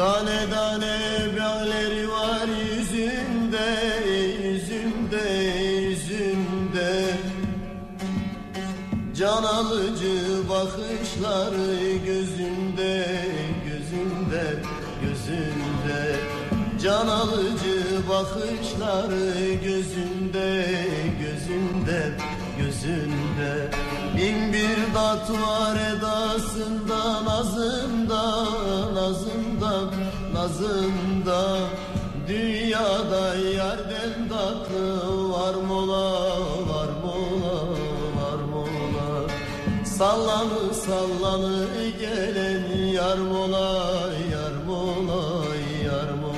Tane tane bağları var yüzünde, yüzünde, yüzünde. Can alıcı bakışları gözünde, gözünde, gözünde. Can alıcı bakışları gözünde, gözünde, gözünde. Bin bir tat var edasında, nazında, nazında, nazında. Dünyada yerden tatlı var mola, var mola, var mola. Sallanı sallanı gelen yar mola, yar mola, yar mola.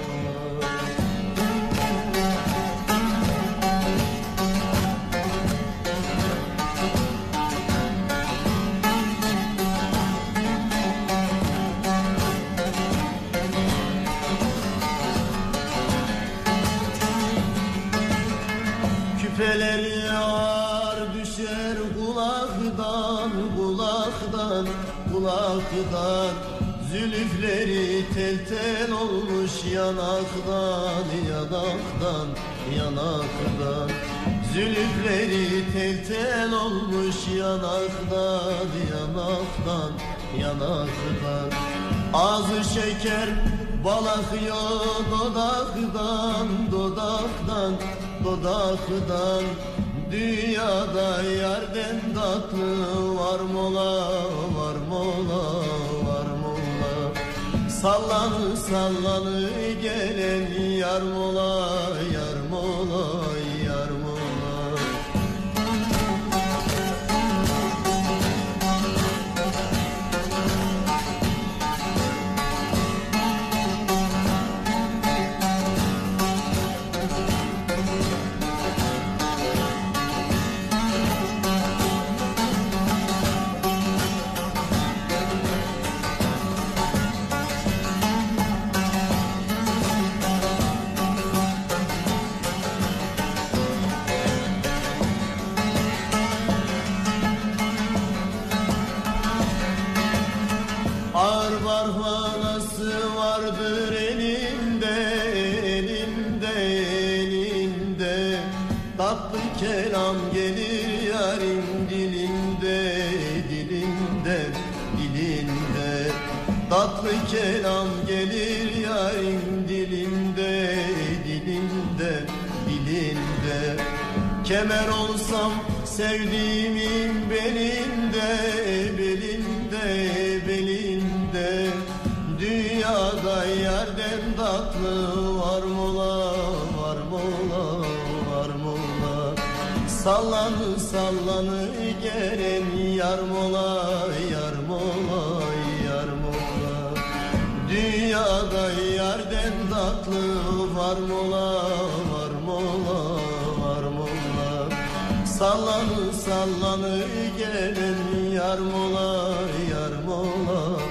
Küpeleri ağır düşer kulaktan, kulaktan, kulaktan. Zülüfleri tel tel olmuş yanaktan, yanaktan, yanaktan. Zülüfleri tel tel olmuş yanaktan, yanaktan, yanaktan. Ağzı şeker bal akıyor dodaktan, dodaktan, dodaktan. Dünyada yerden tatlı var mola, var mola, var mola. Sallanı sallanı gelen yar mola, yar mola, yar mola. Ağır barhanası vardır elinde, elinde, elinde. Tatlı kelam gelir yarın dilinde, dilinde, dilinde. Tatlı kelam gelir yarın dilinde, dilinde, dilinde. Kemer olsam sevdiğimin belinde, belinde, belinde. Dünyada yerden tatlı var mola, var mola, var mola. Sallanı sallanı gelen yar mola, yar mola, yar mola. Dünyada yerden tatlı var mola, var mola, var mola. Sallanı sallanı gelen yar mola, yar mola.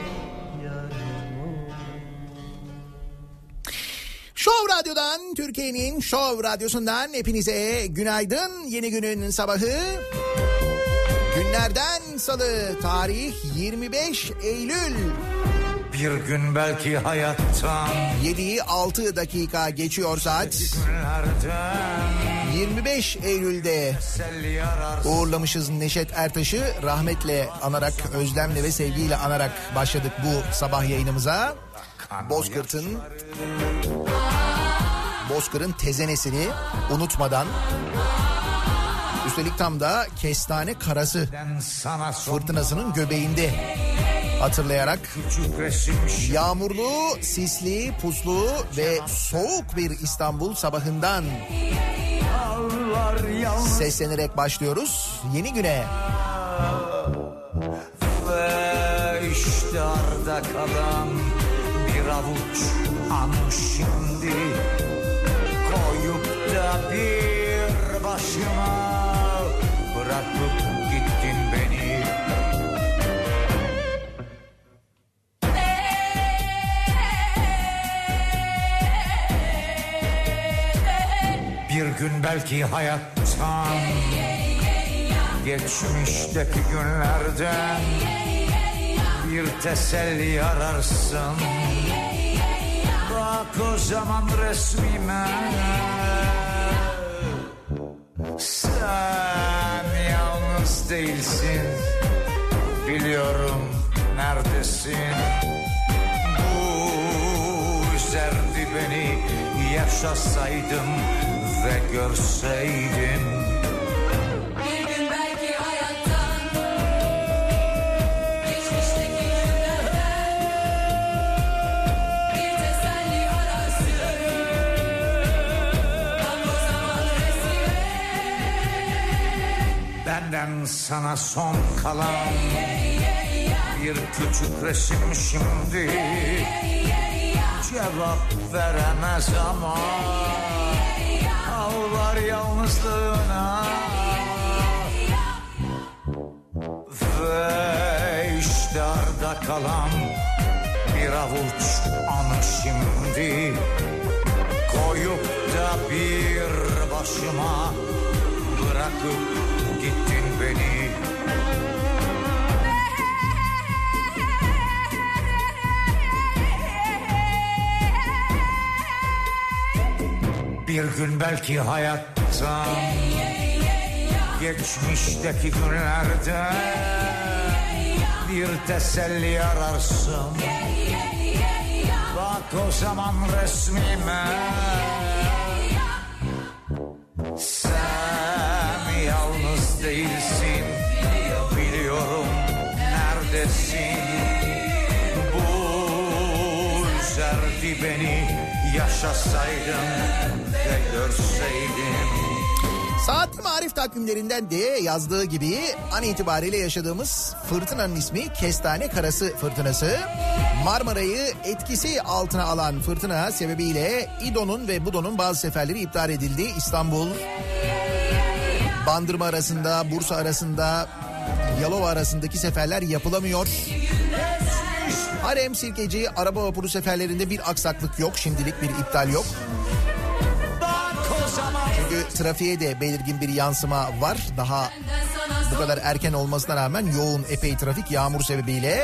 Show Radyo'dan, Türkiye'nin Show Radyosu'ndan hepinize günaydın. Yeni günün sabahı. Günlerden salı, tarih 25 Eylül. Bir gün belki hayattan 7'yi 6 dakika geçiyor saat. 25 Eylül'de uğurlamışız Neşet Ertaş'ı. Rahmetle anarak, özlemle ve sevgiyle anarak başladık bu sabah yayınımıza. Bozkır'ın tezenesini unutmadan, üstelik tam da kestane karası fırtınasının göbeğinde hatırlayarak yağmurlu, sisli, puslu ve soğuk bir İstanbul sabahından seslenerek başlıyoruz yeni güne. Ve işte arda kalan bir avuç an şimdi, koyup da bir başıma bırakıp gittin beni. Bir gün belki hayattan, geçmişteki günlerden bir teselli ararsın. zaman resmime. Sen yalnız değilsin, biliyorum neredesin. Bu üzerdi beni, yaşasaydım ve görseydim. Bir gün belki hayattan, geçmişteki günlerden bir teselli ararsın. Bak o zaman resmime. Benden sana son kalan bir küçük resim şimdi. Cevap veremez ama ağlar yalnızlığına. Ve işte arda kalan bir avuç anı şimdi. Koyup da bir başıma bırakıp gittin beni. Bir gün belki hayattan, geçmişteki günlerde bir teselli ararsın. Bak o zaman resmime. Sen yalnız değilsin, biliyorum neredesin. Bu üzerdi beni, yaşasaydım ve görseydim. Saatli Marif takvimlerinden de yazdığı gibi an itibariyle yaşadığımız fırtınanın ismi Kestane Karası fırtınası. Marmara'yı etkisi altına alan fırtına sebebiyle İDO'nun ve BUDO'nun bazı seferleri iptal edildi. İstanbul, Bandırma arasında, Bursa arasında, Yalova arasındaki seferler yapılamıyor. Harem, Sirkeci, araba vapuru seferlerinde bir aksaklık yok. Şimdilik bir iptal yok. Çünkü trafiğe de belirgin bir yansıma var. Daha bu kadar erken olmasına rağmen yoğun epey trafik yağmur sebebiyle.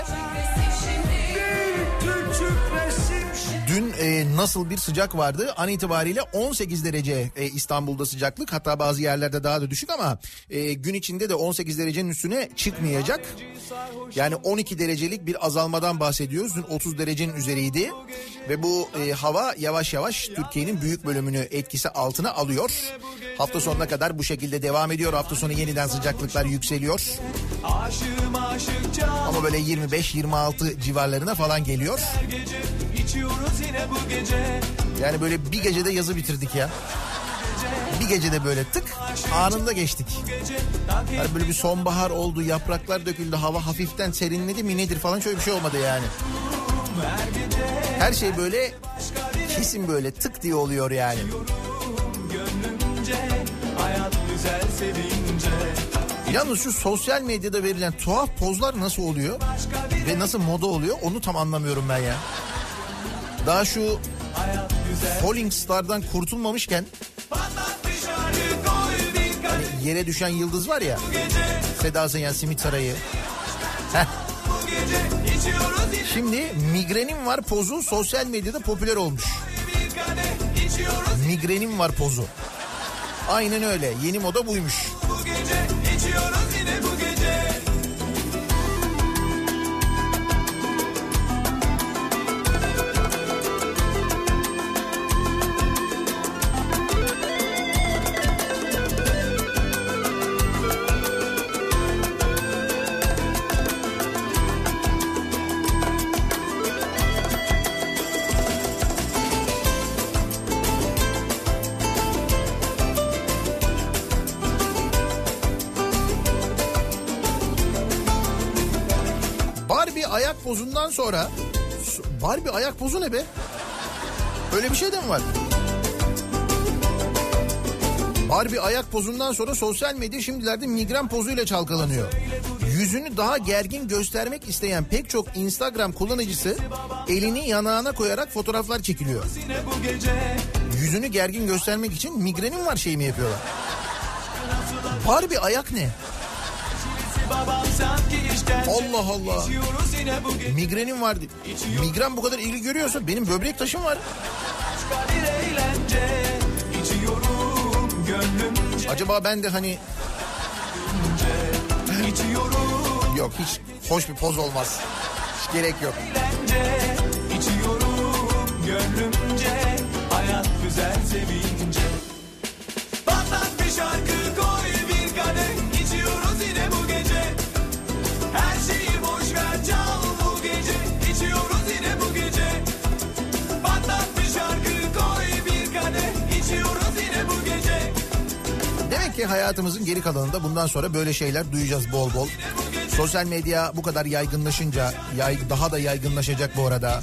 Dün nasıl bir sıcak vardı? An itibariyle 18 derece İstanbul'da sıcaklık. Hatta bazı yerlerde daha da düşük ama gün içinde de 18 derecenin üstüne çıkmayacak. Yani 12 derecelik bir azalmadan bahsediyoruz. Dün 30 derecenin üzeriydi. Ve bu hava yavaş yavaş Türkiye'nin büyük bölümünü etkisi altına alıyor. Hafta sonuna kadar bu şekilde devam ediyor. Hafta sonu yeniden sıcaklıklar yükseliyor. Ama böyle 25-26 civarlarına falan geliyor. Yani böyle bir gecede yazı bitirdik ya. Bir gecede böyle tık anında geçtik. Yani böyle bir sonbahar oldu, yapraklar döküldü, hava hafiften serinledi mi nedir falan, şöyle bir şey olmadı yani. Her şey böyle kesin böyle tık diye oluyor yani. Yalnız şu sosyal medyada verilen tuhaf pozlar nasıl oluyor ve nasıl moda oluyor onu tam anlamıyorum ben ya. Daha şu Falling Star'dan kurtulmamışken hani yere düşen yıldız var ya, Seda Sayan, Simit Sarayı. Şimdi migrenim var pozu sosyal medyada popüler olmuş. Migrenim var pozu. Aynen öyle, yeni moda buymuş. Bu gece içiyoruz yine bu gece. Ayak pozundan sonra Barbie ayak pozu ne be? Öyle bir şey de mi var? Barbie ayak pozundan sonra sosyal medya şimdilerde migren pozuyla çalkalanıyor. Yüzünü daha gergin göstermek isteyen pek çok Instagram kullanıcısı elini yanağına koyarak fotoğraflar çekiliyor. Yüzünü gergin göstermek için migrenim var şey mi yapıyorlar? Barbie ayak ne? Allah Allah. Migrenim var. Migren bu kadar ilgi görüyorsa benim böbrek taşım var. başka bir eğlence. İçiyorum gönlümce. Acaba ben de hani İçiyorum yok, hiç hoş bir poz olmaz. Hiç gerek yok. eğlence. İçiyorum gönlümce. Hayat güzel sevince. Patlat bir şarkı koy bir kadeh. İçiyoruz yine bu gece. Her şeyi boş ver çal bu gece. İçiyoruz yine bu gece. Patlat bir şarkı koy bir kadeh. İçiyoruz yine bu gece. Demek ki hayatımızın geri kalanında bundan sonra böyle şeyler duyacağız bol bol. Sosyal medya bu kadar yaygınlaşınca daha da yaygınlaşacak bu arada.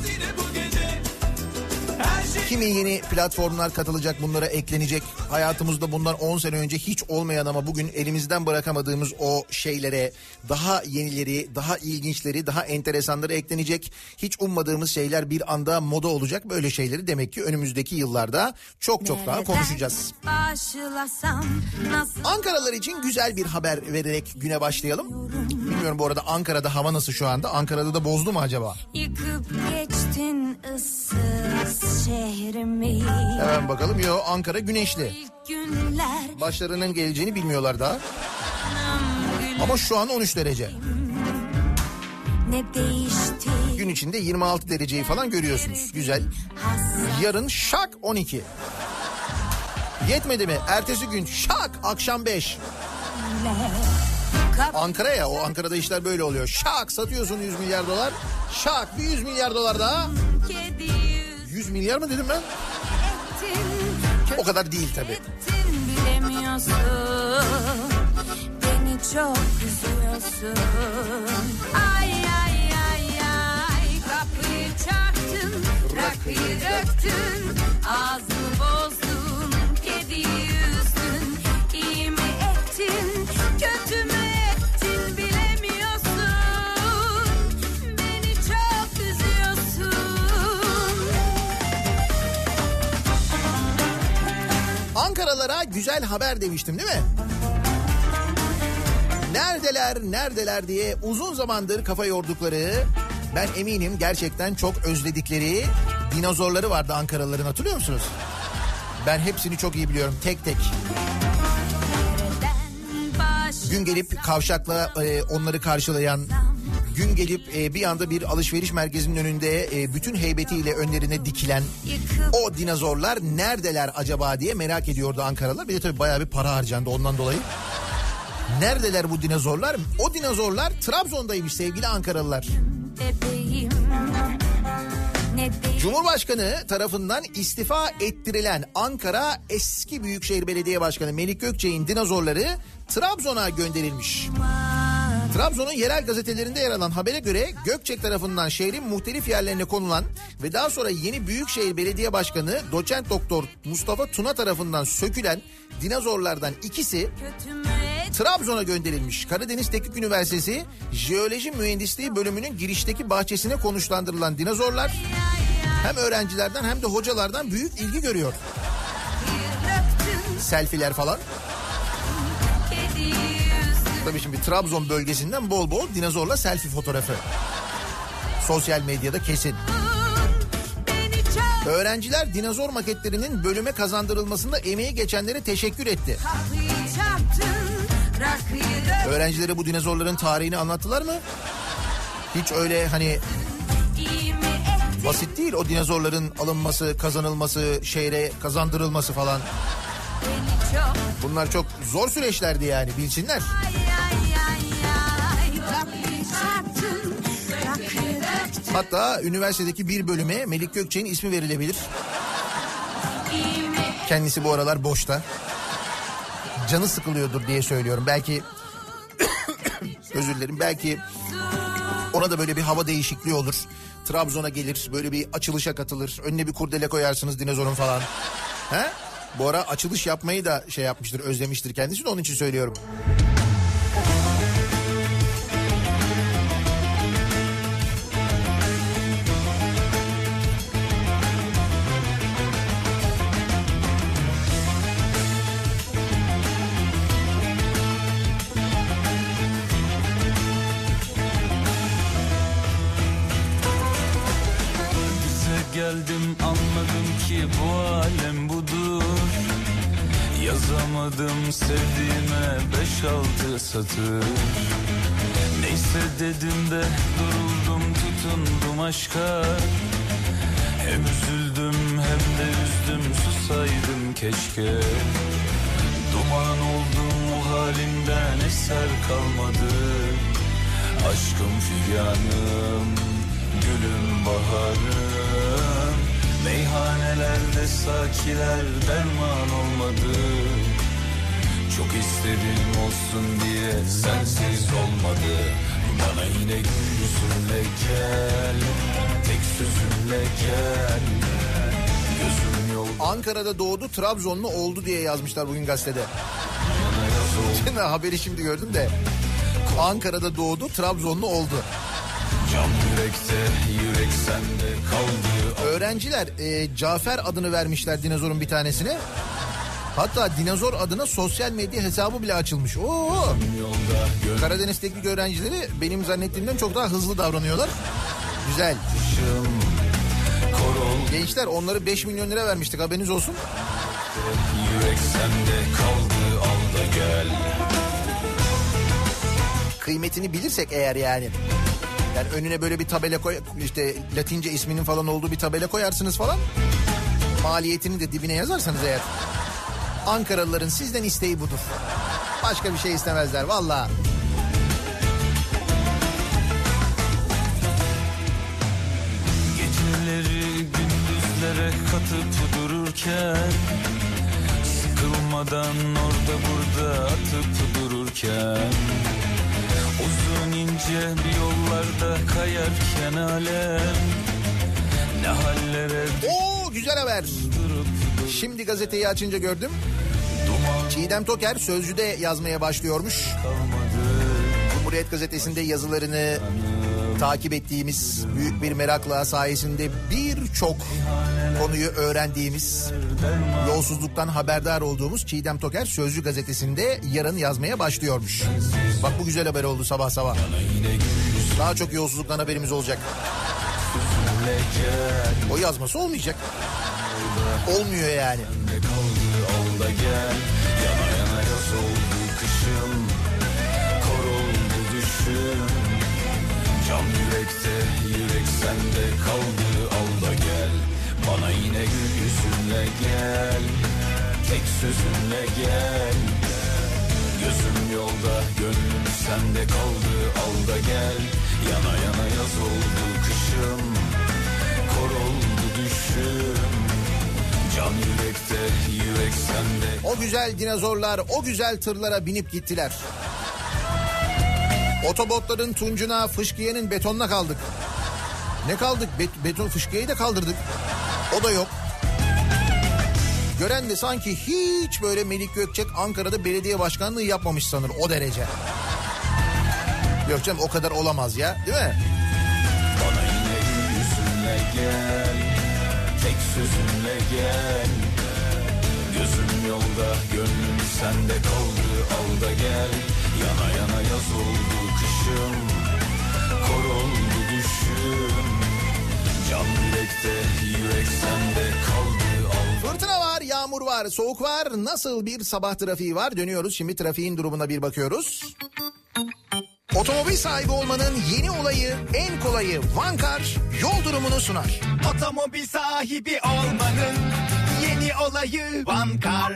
Kimi yeni platformlar katılacak, bunlara eklenecek. Hayatımızda bundan 10 sene önce hiç olmayan ama bugün elimizden bırakamadığımız o şeylere daha yenileri, daha ilginçleri, daha enteresanları eklenecek. Hiç ummadığımız şeyler bir anda moda olacak. Böyle şeyleri demek ki önümüzdeki yıllarda çok daha konuşacağız. Başlasam nasıl Ankaralılar için güzel bir haber vererek güne başlayalım. Bilmiyorum bu arada Ankara'da hava nasıl şu anda? Ankara'da da bozdu mu acaba? yıkıp geçtin ıssız şehrimi. Hemen bakalım. Yo, Ankara güneşli. İlk günler Başlarının geleceğini bilmiyorlar daha. Ama şu an 13 derece. ne değişti? Gün içinde 26 dereceyi falan görüyorsunuz. Güzel. Yarın şak 12. Yetmedi mi? Ertesi gün şak akşam 5. Ankara ya, o Ankara'da işler böyle oluyor. Şak satıyorsun 100 milyar dolar. Şak bir 100 milyar dolar daha. 100 milyar mı dedim ben? O kadar değil tabii. Bilemiyorsun, beni çok üzüyorsun. Ay ay ay ay, kapıyı çarptın, rakıyı döktün, ağzını bozdun, kediyi üzdün. İyi mi ettin, kötü mü ettin bilemiyorsun. Beni çok üzüyorsun. Ankaralılara güzel haber demiştim değil mi? Neredeler diye uzun zamandır kafa yordukları, ben eminim gerçekten çok özledikleri dinozorları vardı Ankaralıların, hatırlıyor musunuz? Ben hepsini çok iyi biliyorum, tek tek. Gün gelip kavşakla onları karşılayan, gün gelip bir anda bir alışveriş merkezinin önünde bütün heybetiyle önlerine dikilen o dinozorlar neredeler acaba diye merak ediyordu Ankaralılar. Bir de tabii bayağı bir para harcandı ondan dolayı. Neredeler bu dinozorlar? O dinozorlar Trabzon'daymış sevgili Ankaralılar. Bebeğim, ne değişti? Cumhurbaşkanı tarafından istifa ettirilen Ankara Eski Büyükşehir Belediye Başkanı Melik Gökçek'in dinozorları Trabzon'a gönderilmiş. Trabzon'un yerel gazetelerinde yer alan habere göre Gökçek tarafından şehrin muhtelif yerlerine konulan ve daha sonra yeni Büyükşehir Belediye Başkanı Doçent Doktor Mustafa Tuna tarafından sökülen dinozorlardan ikisi Trabzon'a gönderilmiş. Karadeniz Teknik Üniversitesi Jeoloji Mühendisliği bölümünün girişteki bahçesine konuşlandırılan dinozorlar hem öğrencilerden hem de hocalardan büyük ilgi görüyor. Selfiler falan. Tabii şimdi Trabzon bölgesinden bol bol dinozorla selfie fotoğrafı. Sosyal medyada kesin. Öğrenciler dinozor maketlerinin bölüme kazandırılmasında emeği geçenlere teşekkür etti. Öğrencilere bu dinozorların tarihini anlattılar mı? Hiç öyle hani basit değil o dinozorların alınması, kazanılması, şehre kazandırılması falan. Bunlar çok zor süreçlerdi yani, bilsinler. Hatta üniversitedeki bir bölüme Melik Gökçek'in ismi verilebilir. Kendisi bu aralar boşta. Canı sıkılıyordur diye söylüyorum. Belki özür dilerim, belki ona da böyle bir hava değişikliği olur. Trabzon'a gelir, böyle bir açılışa katılır. Önüne bir kurdele koyarsınız dinozorun falan. He? Bu ara açılış yapmayı da şey yapmıştır, özlemiştir kendisi de, onun için söylüyorum. Geldim anladım ki bu alem budur. Yazamadım sevdiğime 5-6 satır. Neyse dedim de duruldum, tutundum aşka. Hem üzüldüm hem de üzdüm, susaydım keşke. Duman oldum o halimden, eser kalmadı. Aşkım figanım, gülüm baharım. Meyhanelerde sakiler derman olmadı. Çok istedim olsun diye sensiz olmadı. Bana yine gül yüzünle gel, tek sözünle gel. Gözüm yol. Ankara'da doğdu, Trabzonlu oldu diye yazmışlar bugün gazetede. Şimdi haberi şimdi gördüm de. Ankara'da doğdu, Trabzonlu oldu. Can yürekte, yürek sende kaldı. Öğrenciler Cafer adını vermişler dinozorun bir tanesine. Hatta dinozor adına sosyal medya hesabı bile açılmış. Oo! Karadeniz Teknik öğrencileri benim zannettiğimden çok daha hızlı davranıyorlar. Güzel. Gençler onları 5 milyon lira vermiştik, haberiniz olsun. Yürek sende kaldı, al da gel. Kıymetini bilirsek eğer yani. Yani önüne böyle bir tabela koy, işte Latince isminin falan olduğu bir tabela koyarsınız falan. Maliyetini de dibine yazarsanız eğer. Ankaralıların sizden isteği budur. Başka bir şey istemezler valla. Geceleri gündüzlere katıp dururken, sıkılmadan orada burada atıp dururken, uzun ince bir yollarda kayarken alem ne hallere Oo, güzel haber. Şimdi gazeteyi açınca gördüm. Çiğdem Toker Sözcü'de yazmaya başlıyormuş. Cumhuriyet Gazetesi'nde yazılarını takip ettiğimiz, büyük bir merakla sayesinde birçok konuyu öğrendiğimiz, yolsuzluktan haberdar olduğumuz Çiğdem Toker Sözcü Gazetesi'nde yarın yazmaya başlıyormuş. Bak bu güzel haber oldu sabah sabah. Daha çok yolsuzluktan haberimiz olacak. O yazması olmayacak. Olmuyor yani. Al da gel, yana yana yaz oldu kışım, kor oldu düşüm. Can yürekte, yürek sende kaldı, al da gel. Bana yine gül yüzünle gel, tek sözünle gel. Gözüm yolda, gönlüm sende kaldı, al da gel. Yana yana yaz oldu kışım, kor oldu düşüm. Can yürekte, yürek sende. O güzel dinozorlar o güzel tırlara binip gittiler. Otobotların tuncuna, fışkiyenin betonuna kaldık. Ne kaldık? Beton fışkiyeyi de kaldırdık. O da yok. Gören de sanki hiç böyle Melik Gökçek Ankara'da belediye başkanlığı yapmamış sanır, o derece. Yok canım, o kadar olamaz ya, değil mi? Bana yine yüzünle gel, tek sözünle gel. Gözüm yolda, gönlüm sende kaldı, al da gel. Yana yana yaz oldu kışım, kor oldu düşüm. Can yürekte, yürek sende kaldı, al. Fırtına var, yağmur var, soğuk var. Nasıl bir sabah trafiği var? Dönüyoruz şimdi, trafiğin durumuna bir bakıyoruz. Otomobil sahibi olmanın yeni olayı, en kolayı Vankar yol durumunu sunar. Otomobil sahibi olmanın yeni olayı Vankar.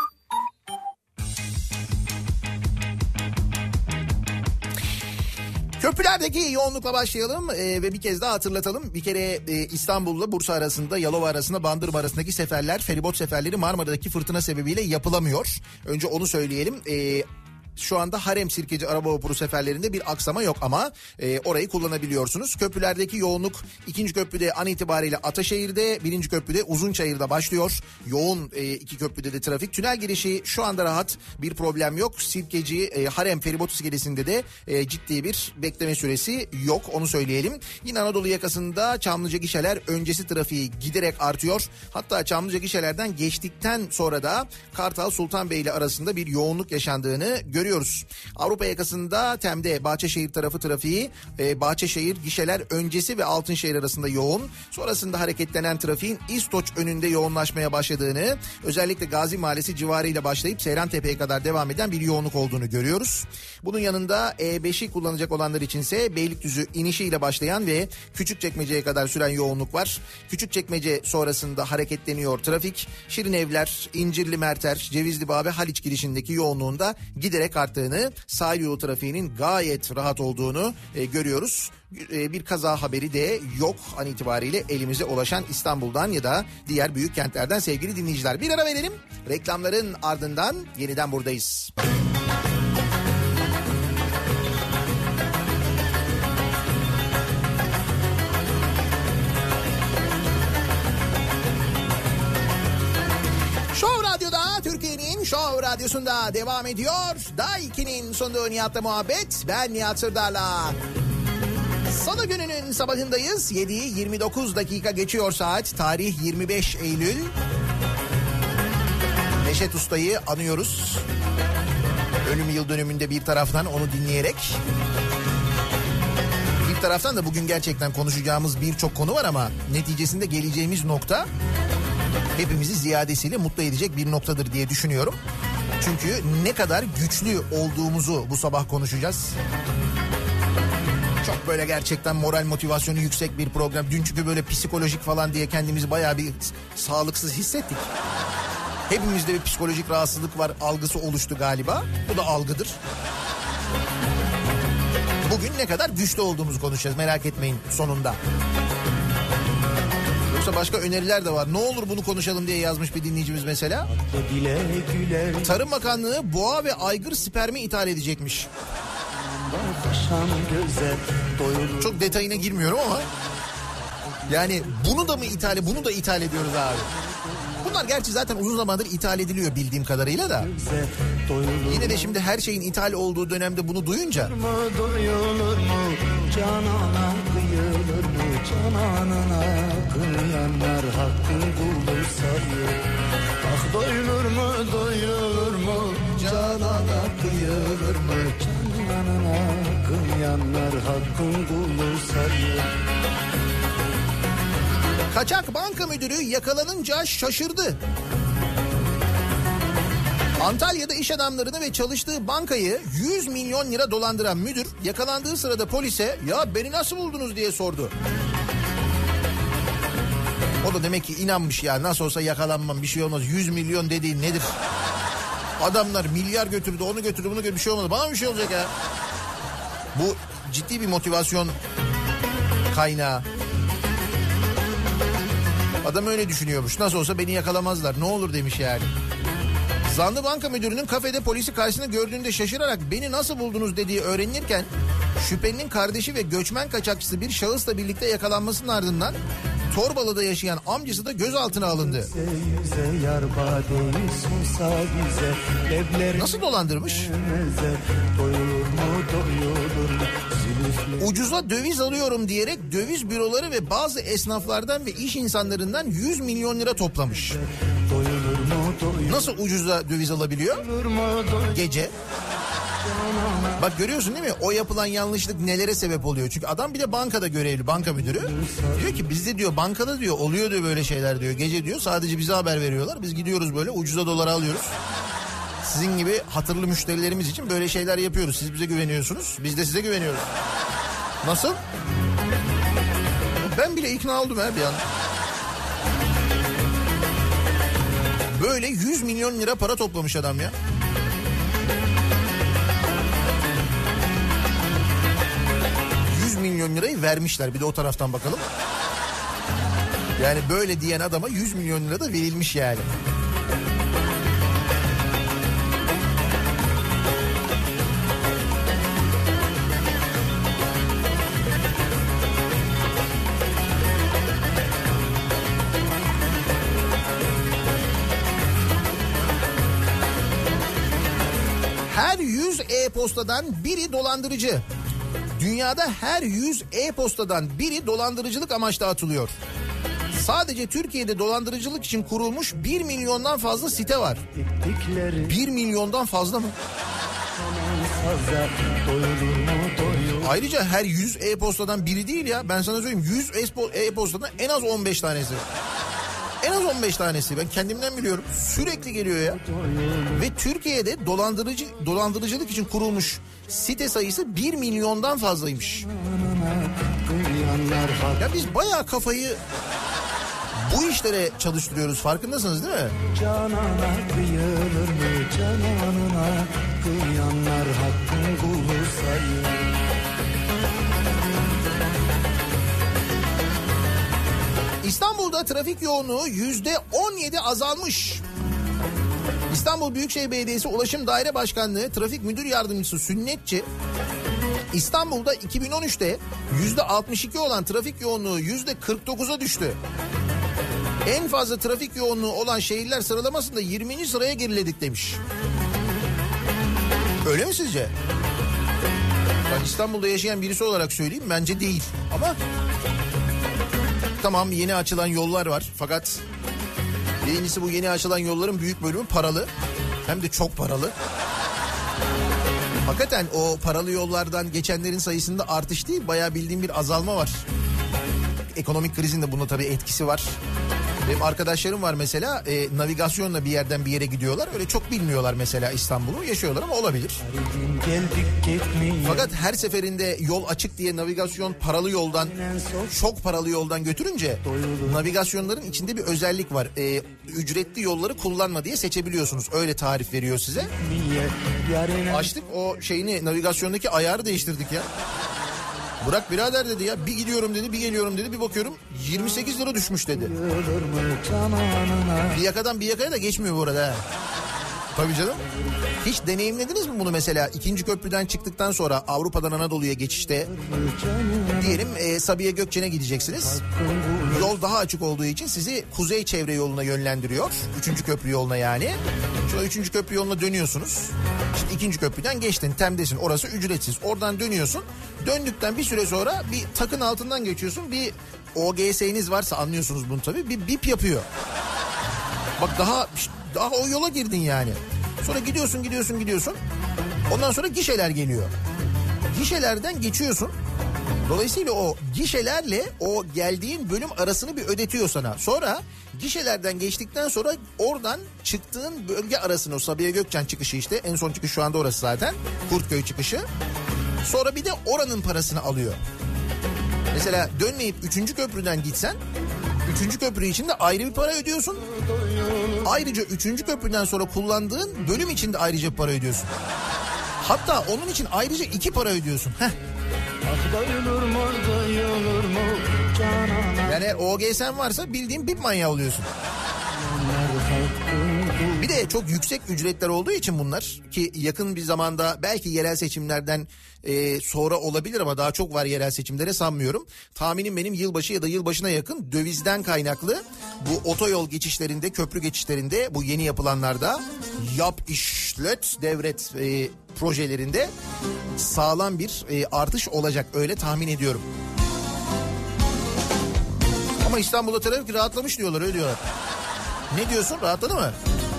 Köprülerdeki yoğunlukla başlayalım ve bir kez daha hatırlatalım. Bir kere İstanbul'la Bursa arasında, Yalova arasında, Bandırma arasındaki seferler, feribot seferleri Marmara'daki fırtına sebebiyle yapılamıyor. Önce onu söyleyelim. Şu anda Harem Sirkeci araba vapuru seferlerinde bir aksama yok ama orayı kullanabiliyorsunuz. Köprülerdeki yoğunluk ikinci köprüde an itibariyle Ataşehir'de, birinci köprüde Uzunçayır'da başlıyor. Yoğun iki köprüde de trafik. Tünel girişi şu anda rahat, bir problem yok. Sirkeci Harem feribot iskelesinde de ciddi bir bekleme süresi yok, onu söyleyelim. Yine Anadolu yakasında Çamlıca gişeler öncesi trafiği giderek artıyor. Hatta Çamlıca gişelerden geçtikten sonra da Kartal Sultanbeyli arasında bir yoğunluk yaşandığını görüyoruz. görüyoruz. Avrupa yakasında Tem'de Bahçeşehir tarafı trafiği, Bahçeşehir gişeler öncesi ve Altınşehir arasında yoğun. Sonrasında hareketlenen trafiğin İstoç önünde yoğunlaşmaya başladığını, özellikle Gazi Mahallesi civarıyla başlayıp Seyrantepe'ye kadar devam eden bir yoğunluk olduğunu görüyoruz. Bunun yanında E5'i kullanacak olanlar içinse Beylikdüzü inişiyle başlayan ve Küçükçekmece'ye kadar süren yoğunluk var. Küçükçekmece sonrasında hareketleniyor trafik. Şirinevler, İncirli Merter, Cevizli Bağ ve Haliç girişindeki yoğunluğunda giderek arttığını, sahil yolu trafiğinin gayet rahat olduğunu görüyoruz. Bir kaza haberi de yok an itibariyle elimize ulaşan İstanbul'dan ya da diğer büyük kentlerden sevgili dinleyiciler. Bir ara verelim. Reklamların ardından yeniden buradayız. Türkiye'nin Show Radyosu'nda devam ediyor. Daiki'nin sunduğu Nihat'la muhabbet. Ben Nihat Sırdar'la. Salı gününün sabahındayız. 7'yi 29 dakika geçiyor saat. Tarih 25 Eylül. Neşet Usta'yı anıyoruz. Ölüm yıl dönümünde bir taraftan onu dinleyerek. Bir taraftan da bugün gerçekten konuşacağımız birçok konu var ama neticesinde geleceğimiz nokta hepimizi ziyadesiyle mutlu edecek bir noktadır diye düşünüyorum. Çünkü ne kadar güçlü olduğumuzu bu sabah konuşacağız. Çok böyle gerçekten moral motivasyonu yüksek bir program. Dün çünkü böyle psikolojik falan diye kendimizi bayağı bir sağlıksız hissettik. Hepimizde bir psikolojik rahatsızlık var algısı oluştu galiba. Bu da algıdır. Bugün ne kadar güçlü olduğumuzu konuşacağız, merak etmeyin sonunda. Yoksa başka öneriler de var. Ne olur bunu konuşalım diye yazmış bir dinleyicimiz mesela. Tarım Bakanlığı boğa ve aygır spermi ithal edecekmiş. Çok detayına girmiyorum ama yani bunu da mı bunu da ithal ediyoruz abi. Bunlar gerçi zaten uzun zamandır ithal ediliyor bildiğim kadarıyla da. Yine de şimdi her şeyin ithal olduğu dönemde bunu duyunca. Doyulur mu canana kıyılır mı cananına kıyanlar hakkı bulur sayıyor. Ah doyulur mu canana kıyılır mı cananına kıyanlar hakkı bulur sayıyor. Kaçak banka müdürü yakalanınca şaşırdı. Antalya'da iş adamlarını ve çalıştığı bankayı 100 milyon lira dolandıran müdür yakalandığı sırada polise "Ya beni nasıl buldunuz?" diye sordu. O da demek ki inanmış, ya nasıl olsa yakalanmam, bir şey olmaz. 100 milyon dediğin nedir? Adamlar milyar götürdü, onu götürdü, bunu götürdü, bir şey olmadı. Bana bir şey olacak ya. Bu ciddi bir motivasyon kaynağı. Adam öyle düşünüyormuş. Nasıl olsa beni yakalamazlar. Ne olur demiş yani. Zanlı banka müdürünün kafede polisi karşısında gördüğünde şaşırarak "Beni nasıl buldunuz?" dediği öğrenilirken şüphelinin kardeşi ve göçmen kaçakçısı bir şahısla birlikte yakalanmasının ardından Torbalı'da yaşayan amcası da gözaltına alındı. Nasıl dolandırmış? Ucuza döviz alıyorum diyerek döviz büroları ve bazı esnaflardan ve iş insanlarından 100 milyon lira toplamış. Nasıl ucuza döviz alabiliyor? Gece. Bak görüyorsun değil mi? O yapılan yanlışlık nelere sebep oluyor. Çünkü adam bir de bankada görevli, banka müdürü. Diyor ki bizde diyor bankada diyor oluyor diyor böyle şeyler diyor. Gece diyor sadece bize haber veriyorlar. Biz gidiyoruz böyle ucuza dolar alıyoruz. Sizin gibi hatırlı müşterilerimiz için böyle şeyler yapıyoruz. Siz bize güveniyorsunuz. Biz de size güveniyoruz. Nasıl? Ben bile ikna oldum bir an. Böyle 100 milyon lira para toplamış adam ya. Milyon lirayı vermişler, bir de o taraftan bakalım. Yani böyle diyen adama 100 milyon lira da verilmiş yani. Her 100 e-postadan biri dolandırıcı. Dünyada her 100 e-postadan biri dolandırıcılık amaçlı atılıyor. Sadece Türkiye'de dolandırıcılık için kurulmuş 1 milyondan fazla site var. 1 milyondan fazla mı? fazla doyulur mu doyulur. Ayrıca her 100 e-postadan biri değil ya. Ben sana söyleyeyim, 100 e-postadan en az 15 tanesi. En az 15 tanesi. Ben kendimden biliyorum. Sürekli geliyor ya. Ve Türkiye'de dolandırıcılık için kurulmuş site sayısı 1 milyondan fazlaymış. Ya biz bayağı kafayı bu işlere çalıştırıyoruz, farkındasınız değil mi? Canana kıyılır mı cananına, kıyanlar hakkın kulu sayılır. İstanbul'da trafik yoğunluğu %17 azalmış. İstanbul Büyükşehir Belediyesi Ulaşım Daire Başkanlığı Trafik Müdür Yardımcısı Sünnetçi, İstanbul'da 2013'te %62 olan trafik yoğunluğu %49'a düştü. En fazla trafik yoğunluğu olan şehirler sıralamasında 20. sıraya geriledik demiş. Öyle mi sizce? Ben İstanbul'da yaşayan birisi olarak söyleyeyim, bence değil. Ama tamam, yeni açılan yollar var. Fakat birincisi, bu yeni açılan yolların büyük bölümü paralı. Hem de çok paralı. Hakikaten o paralı yollardan geçenlerin sayısında artış değil, bayağı bildiğim bir azalma var. Ekonomik krizin de bunda tabii etkisi var. Benim arkadaşlarım var mesela, navigasyonla bir yerden bir yere gidiyorlar. Öyle çok bilmiyorlar mesela İstanbul'u, yaşıyorlar ama olabilir. Fakat her seferinde yol açık diye navigasyon paralı yoldan, çok paralı yoldan götürünce navigasyonların içinde bir özellik var. Ücretli yolları kullanma diye seçebiliyorsunuz. Öyle tarif veriyor size. Açtık o şeyini, navigasyondaki ayarı değiştirdik ya. Bırak birader dedi ya, bir gidiyorum dedi, bir geliyorum dedi, bir bakıyorum 28 lira düşmüş dedi. Bir yakadan bir yakaya da geçmiyor bu arada. Tabii canım. Hiç deneyimlediniz mi bunu mesela? 2. köprüden çıktıktan sonra Avrupa'dan Anadolu'ya geçişte, diyelim Sabiha Gökçen'e gideceksiniz. Yol daha açık olduğu için sizi kuzey çevre yoluna yönlendiriyor. 3. köprü yoluna yani. Şu 3. köprü yoluna dönüyorsunuz. İşte 2. köprüden geçtin, Tem'desin, orası ücretsiz. Oradan dönüyorsun. Döndükten bir süre sonra bir takın altından geçiyorsun. Bir OGS'niz varsa anlıyorsunuz bunu tabii. Bir bip yapıyor. Bak daha o yola girdin yani. Sonra gidiyorsun. Ondan sonra gişeler geliyor. Gişelerden geçiyorsun. Dolayısıyla o gişelerle o geldiğin bölüm arasını bir ödetiyor sana. Sonra gişelerden geçtikten sonra oradan çıktığın bölge arasını, o Sabiha Gökçen çıkışı işte, en son çıkış şu anda orası zaten. Kurtköy çıkışı. Sonra bir de oranın parasını alıyor. Mesela dönmeyip 3. köprüden gitsen 3. köprü için de ayrı bir para ödüyorsun. Ayrıca 3. köprüden sonra kullandığın bölüm için de ayrıca bir para ödüyorsun. Hatta onun için ayrıca 2 para ödüyorsun. Yani eğer OGS'n varsa bildiğin bip manyağı oluyorsun. Bir de çok yüksek ücretler olduğu için bunlar, ki yakın bir zamanda belki yerel seçimlerden sonra olabilir ama daha çok var yerel seçimlere, sanmıyorum. Tahminim benim yılbaşı ya da yılbaşına yakın dövizden kaynaklı bu otoyol geçişlerinde, köprü geçişlerinde, bu yeni yapılanlarda yap işlet devret projelerinde sağlam bir artış olacak, öyle tahmin ediyorum. Ama İstanbul'da trafik rahatlamış diyorlar, öyle diyorlar. Ne diyorsun, rahatladı mı?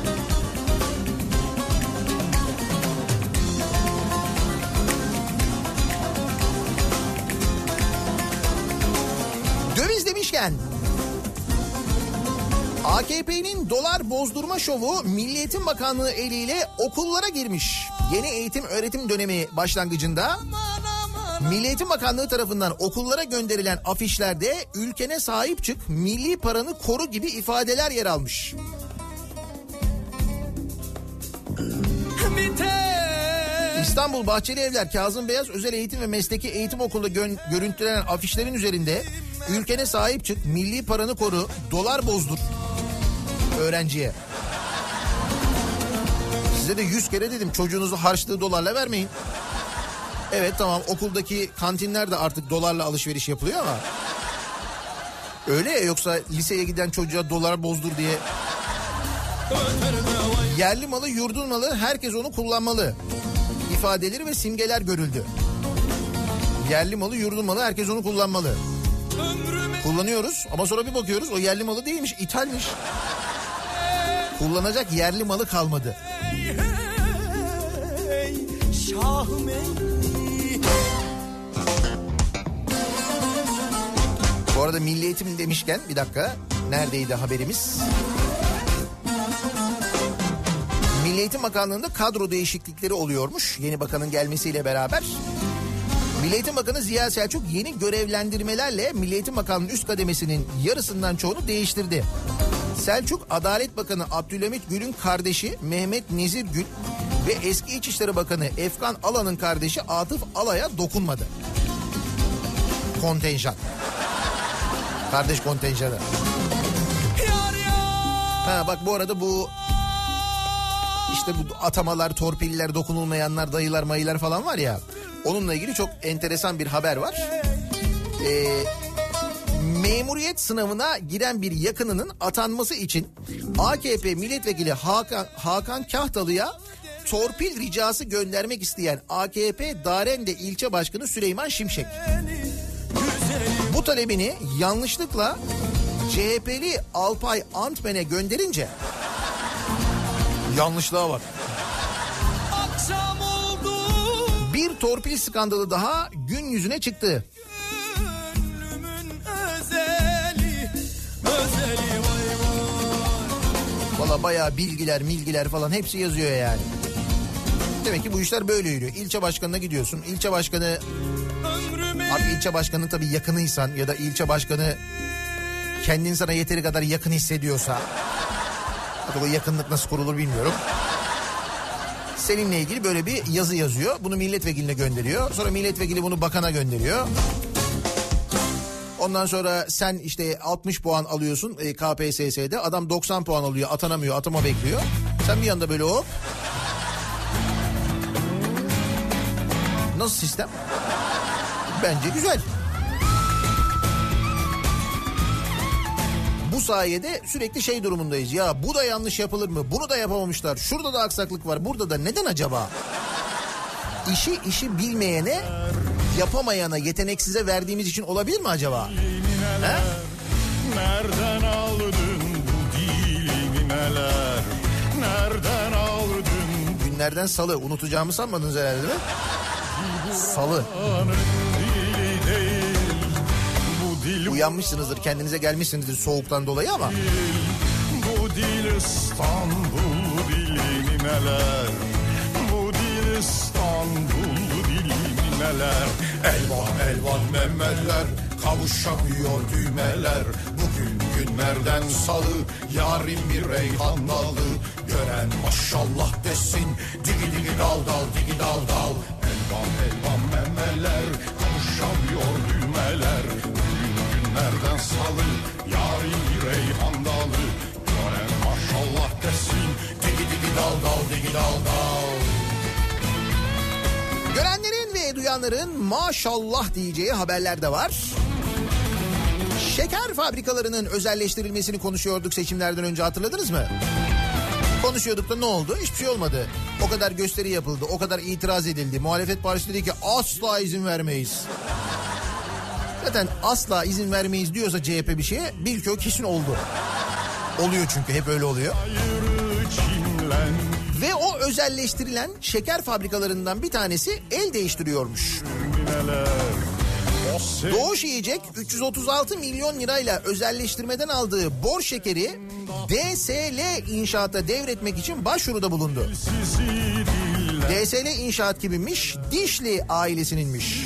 Döviz demişken AKP'nin dolar bozdurma şovu Milli Eğitim Bakanlığı eliyle okullara girmiş. Yeni eğitim öğretim dönemi başlangıcında Milli Eğitim Bakanlığı tarafından okullara gönderilen afişlerde ülkene sahip çık, milli paranı koru gibi ifadeler yer almış. İstanbul Bahçelievler Kazım Beyaz Özel Eğitim ve Mesleki Eğitim Okulu'nda görüntülenen afişlerin üzerinde ülkene sahip çık, milli paranı koru, dolar bozdur öğrenciye. Size de 100 kere dedim, çocuğunuzu harçlığı dolarla vermeyin. Evet tamam, okuldaki kantinler de artık dolarla alışveriş yapılıyor ama öyle ya, yoksa liseye giden çocuğa dolar bozdur diye. Yerli malı, yurdun malı, herkes onu kullanmalı ifadeleri ve simgeler görüldü. Yerli malı, yurdun malı, herkes onu kullanmalı. Kullanıyoruz ama sonra bir bakıyoruz o yerli malı değilmiş, ithalmiş. Kullanacak yerli malı kalmadı. şahım ey. Bu arada Milli Eğitim demişken bir dakika, neredeydi haberimiz? Milli Eğitim Bakanlığı'nda kadro değişiklikleri oluyormuş yeni bakanın gelmesiyle beraber. Milli Eğitim Bakanı Ziya Selçuk yeni görevlendirmelerle Milli Eğitim Bakanlığı'nın üst kademesinin yarısından çoğunu değiştirdi. Selçuk, Adalet Bakanı Abdülhamit Gül'ün kardeşi Mehmet Nezir Gül ve eski İçişleri Bakanı Efkan Alan'ın kardeşi Atıf Alay'a dokunmadı. Kontenjan. Kardeş kontenjanı. Ha bak, bu arada bu işte bu atamalar, torpiller, dokunulmayanlar, dayılar, mayılar falan var ya. Onunla ilgili çok enteresan bir haber var. Memuriyet sınavına giren bir yakınının atanması için AKP milletvekili Hakan Kahtalı'ya torpil ricası göndermek isteyen AKP Darende ilçe başkanı Süleyman Şimşek bu talebini yanlışlıkla CHP'li Alpay Antmen'e gönderince, yanlışlığa bak, bir torpil skandalı daha gün yüzüne çıktı. Valla bayağı bilgiler falan hepsi yazıyor yani. Demek ki bu işler böyle yürüyor. İlçe başkanına gidiyorsun. İlçe başkanı, abi ilçe başkanı tabii yakınıysan ya da ilçe başkanı kendin sana yeteri kadar yakın hissediyorsa, hatta o yakınlık nasıl kurulur bilmiyorum. Seninle ilgili böyle bir yazı yazıyor. Bunu milletvekiline gönderiyor. Sonra milletvekili bunu bakana gönderiyor. Ondan sonra sen işte 60 puan alıyorsun KPSS'de. Adam 90 puan alıyor, atanamıyor, atama bekliyor. Sen bir yanda böyle hop. Nasıl sistem? Bence güzel. Bu sayede sürekli şey durumundayız. Ya bu da yanlış yapılır mı? Bunu da yapamamışlar. Şurada da aksaklık var. Burada da neden acaba? İşi bilmeyene, yapamayana, yeteneksize verdiğimiz için olabilir mi acaba? He? Nereden aldın bu dilimi neler? Nereden aldın? Günlerden salı. Unutacağımı sanmadınız herhalde değil mi? Salı. Uyanmışsınızdır, kendinize gelmişsinizdir soğuktan dolayı ama. Bu dil İstanbul dilimi neler? Bu dil İstanbul dilimi neler? Elvan elvan memeller, kavuşamıyor düğmeler. Bugün günlerden salı, yarim bir reyhan dalı. Gören maşallah desin, digi digi dal dal, digi dal dal. Elvan elvan memeler, kavuşamıyor düğmeler. Nereden salı, yarim bir reyhan dalı. Gören maşallah desin, digi digi dal dal, digi dal dal. Görenlerin ve duyanların maşallah diyeceği haberler de var. Şeker fabrikalarının özelleştirilmesini konuşuyorduk seçimlerden önce, hatırladınız mı? Konuşuyorduk da ne oldu? Hiçbir şey olmadı. O kadar gösteri yapıldı, o kadar itiraz edildi. Muhalefet partisi dedi ki asla izin vermeyiz. Zaten asla izin vermeyiz diyorsa CHP bir şeye, bil ki o kesin oldu. Oluyor çünkü, hep öyle oluyor. Ve o özelleştirilen şeker fabrikalarından bir tanesi el değiştiriyormuş. Doğuş Yiyecek 336 milyon lirayla özelleştirmeden aldığı bor şekeri DSL İnşaat'a devretmek için başvuruda bulundu. DSL İnşaat kimmiş? Dişli ailesininmiş.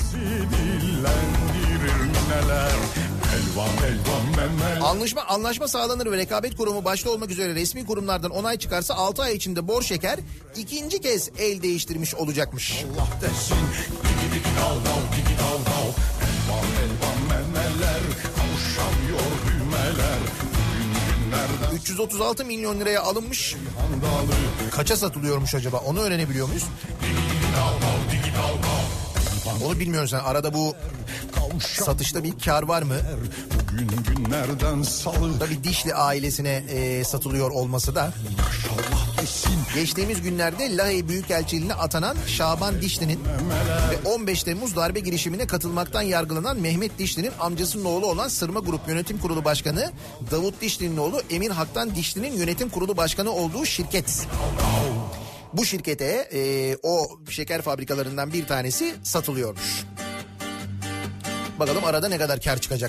Anlaşma sağlanır ve Rekabet Kurumu başta olmak üzere resmi kurumlardan onay çıkarsa 6 ay içinde bor şeker ikinci kez el değiştirmiş olacakmış. Allah desin, digi digi dal dal, digi dal dal. Elvan elvan memeler, kavuşamıyor düğmeler. 336 milyon liraya alınmış. Kaça satılıyormuş acaba? Onu öğrenebiliyor muyuz? Onu bilmiyorum sen. Arada bu satışta bir kar var mı? Tabii Dişli ailesine satılıyor olması da. Geçtiğimiz günlerde Lahey Büyükelçiliğine atanan Şaban Dişli'nin ve 15 Temmuz darbe girişimine katılmaktan yargılanan Mehmet Dişli'nin amcasının oğlu olan Sırma Grup Yönetim Kurulu Başkanı Davut Dişli'nin oğlu Emin Hak'tan Dişli'nin yönetim kurulu başkanı olduğu şirket. Bu şirkete o şeker fabrikalarından bir tanesi satılıyormuş. Bakalım arada ne kadar kar çıkacak.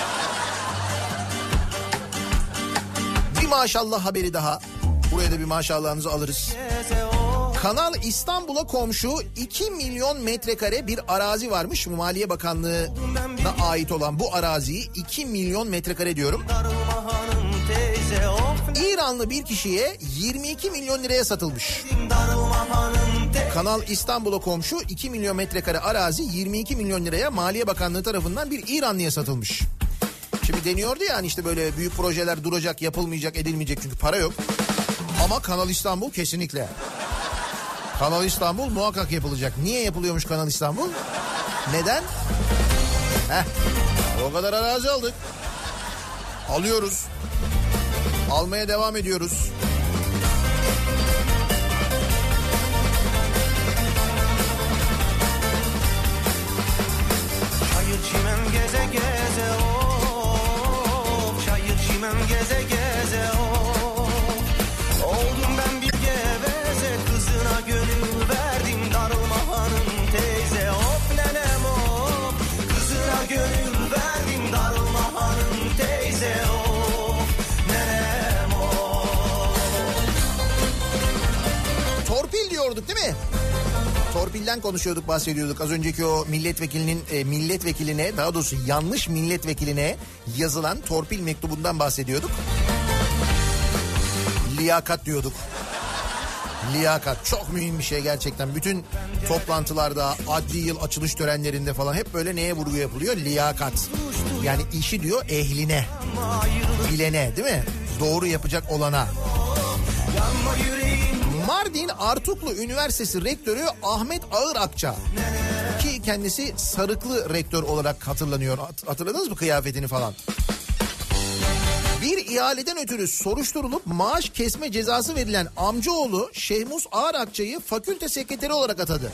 Bir maşallah haberi daha. Buraya da bir maşallahınızı alırız. Kanal İstanbul'a komşu 2 milyon metrekare bir arazi varmış. Maliye Bakanlığı'na ait olan bu araziyi 2 milyon metrekare diyorum. İranlı bir kişiye 22 milyon liraya satılmış. Kanal İstanbul'a komşu 2 milyon metrekare arazi 22 milyon liraya Maliye Bakanlığı tarafından bir İranlıya satılmış. Şimdi deniyordu ya hani işte böyle büyük projeler duracak, yapılmayacak, edilmeyecek çünkü para yok. Ama Kanal İstanbul kesinlikle. Kanal İstanbul muhakkak yapılacak. Niye yapılıyormuş Kanal İstanbul? Neden? O kadar arazi aldık. Alıyoruz. Almaya devam ediyoruz. Çayır çimen geze geze of, çayır çimen geze geze of. Oldum ben bir geveze, kızına gönül verdim, darılma hanım teyze of nenem of. Kızına gönül verdim, darılma hanım teyze of nenem of. Torpil diyorduk değil mi? Torpilden konuşuyorduk, bahsediyorduk. Az önceki o milletvekiline, daha doğrusu yanlış milletvekiline yazılan torpil mektubundan bahsediyorduk. Liyakat diyorduk. Liyakat çok mühim bir şey gerçekten. Bütün toplantılarda, adli yıl açılış törenlerinde falan hep böyle neye vurgu yapılıyor? Liyakat. Yani işi diyor ehline, bilene, değil mi? Doğru yapacak olana. Mardin Artuklu Üniversitesi Rektörü Ahmet Ağır Akça, ki kendisi sarıklı rektör olarak hatırlanıyor. Hatırladınız mı kıyafetini falan? Bir ihaleden ötürü soruşturulup maaş kesme cezası verilen amcaoğlu Şehmus Ağır Akça'yı fakülte sekreteri olarak atadı.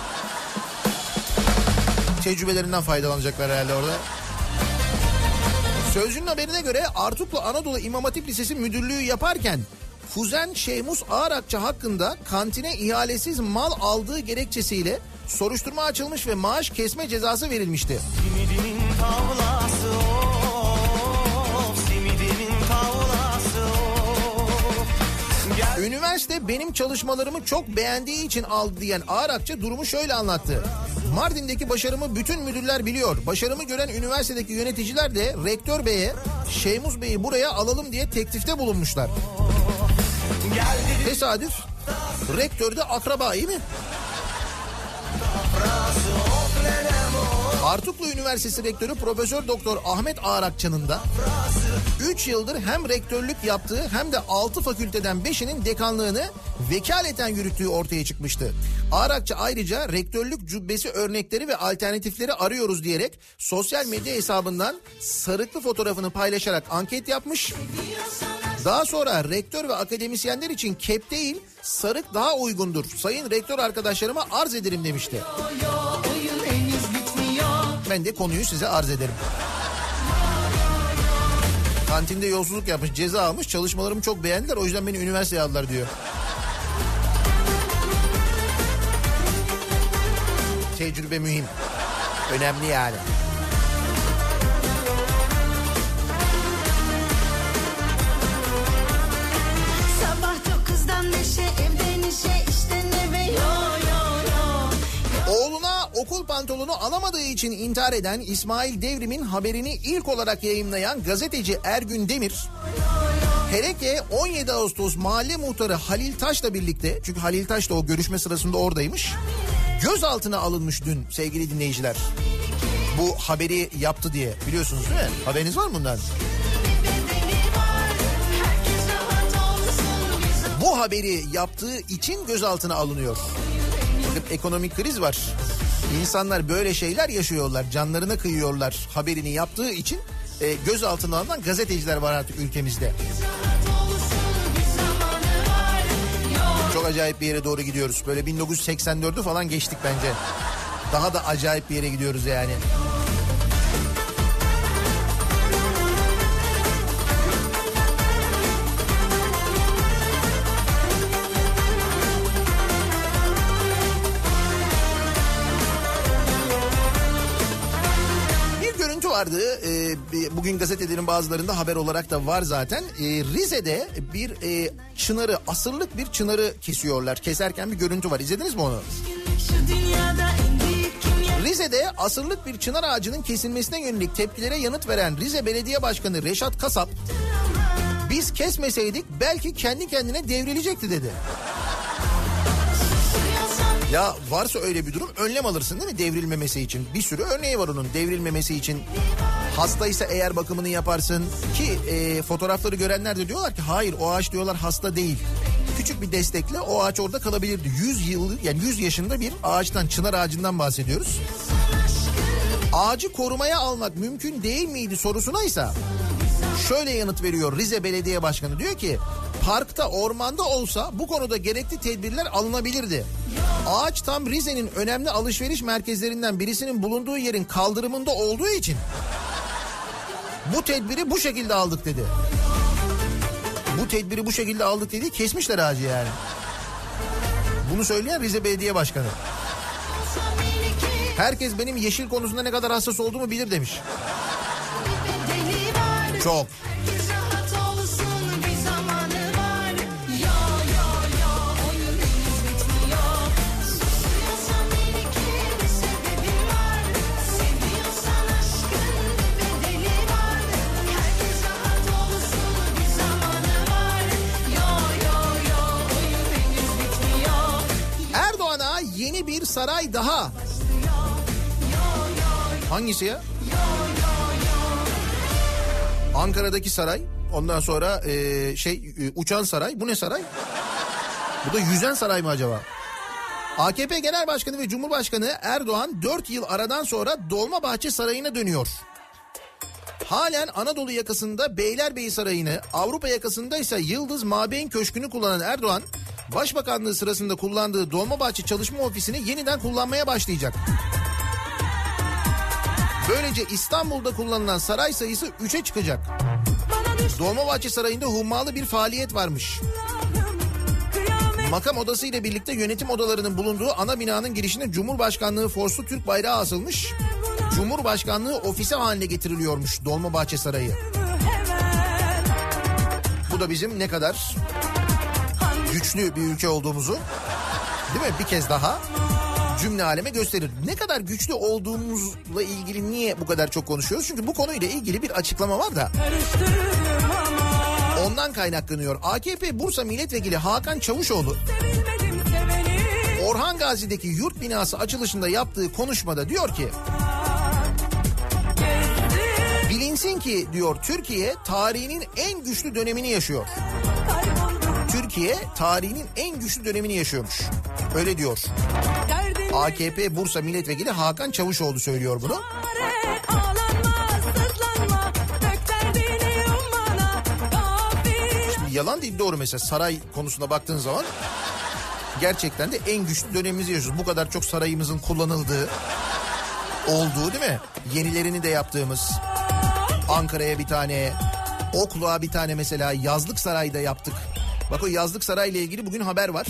Tecrübelerinden faydalanacaklar herhalde orada. Sözcü'nün haberine göre Artuklu Anadolu İmam Hatip Lisesi müdürlüğü yaparken kuzen Şehmus Ağır Akça hakkında kantine ihalesiz mal aldığı gerekçesiyle soruşturma açılmış ve maaş kesme cezası verilmişti. Simidinin tavlası of, simidinin tavlası of. Üniversite benim çalışmalarımı çok beğendiği için aldı diyen Ağır Akça durumu şöyle anlattı. Mardin'deki başarımı bütün müdürler biliyor. Başarımı gören üniversitedeki yöneticiler de rektör beye, Şehmus Bey'i buraya alalım diye teklifte bulunmuşlar. Tesadüf, rektör de akraba, iyi mi? Artuklu Üniversitesi Rektörü Profesör Doktor Ahmet Ağır Akça'nın da 3 yıldır hem rektörlük yaptığı hem de 6 fakülteden 5'inin dekanlığını vekaleten yürüttüğü ortaya çıkmıştı. Ağır Akça ayrıca rektörlük cübbesi örnekleri ve alternatifleri arıyoruz diyerek sosyal medya hesabından sarıklı fotoğrafını paylaşarak anket yapmış. Daha sonra rektör ve akademisyenler için kep değil sarık daha uygundur. Sayın rektör arkadaşlarıma arz ederim demişti. Ben de konuyu size arz ederim. Kantinde yolsuzluk yapmış, ceza almış, çalışmalarımı çok beğendiler, o yüzden beni üniversiteye aldılar diyor. Tecrübe mühim. Önemli yani. Oğluna okul pantolonu alamadığı için intihar eden İsmail Devrim'in haberini ilk olarak yayımlayan gazeteci Ergün Demir, hele ki 17 Ağustos mahalle muhtarı Halil Taş'la birlikte, çünkü Halil Taş da o görüşme sırasında oradaymış, gözaltına alınmış dün sevgili dinleyiciler. Bu haberi yaptı diye, biliyorsunuz değil mi? Haberiniz var mı bundan? Bu haberi yaptığı için gözaltına alınıyor. Ekonomik kriz var. İnsanlar böyle şeyler yaşıyorlar. Canlarına kıyıyorlar. Haberini yaptığı için gözaltına alınan gazeteciler var artık ülkemizde. Çok acayip bir yere doğru gidiyoruz. Böyle 1984'ü falan geçtik bence. Daha da acayip bir yere gidiyoruz yani. vardı. Bugün gazetelerin bazılarında haber olarak da var zaten. Rize'de bir çınarı, asırlık bir çınarı kesiyorlar. Keserken bir görüntü var. İzlediniz mi onu? Rize'de asırlık bir çınar ağacının kesilmesine yönelik tepkilere yanıt veren Rize Belediye Başkanı Reşat Kasap, biz kesmeseydik belki kendi kendine devrilecekti dedi. Ya varsa öyle bir durum önlem alırsın değil mi devrilmemesi için? Bir sürü örneği var onun devrilmemesi için. Hastaysa eğer bakımını yaparsın ki fotoğrafları görenler de diyorlar ki hayır o ağaç diyorlar hasta değil. Küçük bir destekle o ağaç orada kalabilirdi. 100 yıllık yani 100 yaşında bir ağaçtan, çınar ağacından bahsediyoruz. Ağacı korumaya almak mümkün değil miydi sorusuna ise şöyle yanıt veriyor Rize Belediye Başkanı, diyor ki parkta, ormanda olsa bu konuda gerekli tedbirler alınabilirdi. Ağaç tam Rize'nin önemli alışveriş merkezlerinden birisinin bulunduğu yerin kaldırımında olduğu için bu tedbiri bu şekilde aldık dedi. Bu tedbiri bu şekilde aldık dedi, kesmişler ağacı yani. Bunu söyleyen Rize Belediye Başkanı. Herkes benim yeşil konusunda ne kadar hassas olduğumu bilir demiş. Çok. Erdoğan'a yeni bir saray daha. Hangisi ya? Ankara'daki saray. Ondan sonra uçan saray. Bu ne saray? Bu da yüzen saray mı acaba? AKP Genel Başkanı ve Cumhurbaşkanı Erdoğan 4 yıl aradan sonra Dolmabahçe Sarayı'na dönüyor. Halen Anadolu yakasında Beylerbeyi Sarayı'nı, Avrupa yakasında ise Yıldız Mabeyn Köşkü'nü kullanan Erdoğan, Başbakanlığı sırasında kullandığı Dolmabahçe Çalışma Ofisi'ni yeniden kullanmaya başlayacak. Böylece İstanbul'da kullanılan saray sayısı 3'e çıkacak. Dolmabahçe Sarayı'nda hummalı bir faaliyet varmış. Makam odası ile birlikte yönetim odalarının bulunduğu ana binanın girişine Cumhurbaşkanlığı forslu Türk bayrağı asılmış. Cumhurbaşkanlığı ofisi haline getiriliyormuş Dolmabahçe Sarayı. Bu da bizim ne kadar güçlü bir ülke olduğumuzu, değil mi? Bir kez daha cümle aleme gösterir. Ne kadar güçlü olduğumuzla ilgili niye bu kadar çok konuşuyoruz? Çünkü bu konuyla ilgili bir açıklama var da ondan kaynaklanıyor. AKP Bursa Milletvekili Hakan Çavuşoğlu Orhan Gazi'deki yurt binası açılışında yaptığı konuşmada diyor ki, bilinsin ki diyor Türkiye tarihinin en güçlü dönemini yaşıyor. Türkiye tarihinin en güçlü dönemini yaşıyormuş. Öyle diyor. AKP Bursa Milletvekili Hakan Çavuşoğlu söylüyor bunu. Şimdi yalan değil, doğru. Mesela saray konusuna baktığın zaman gerçekten de en güçlü dönemimizi yaşıyoruz. Bu kadar çok sarayımızın kullanıldığı, olduğu, değil mi? Yenilerini de yaptığımız. Ankara'ya bir tane, Okluğa bir tane mesela yazlık sarayda yaptık. Bak o yazlık sarayla ilgili bugün haber var.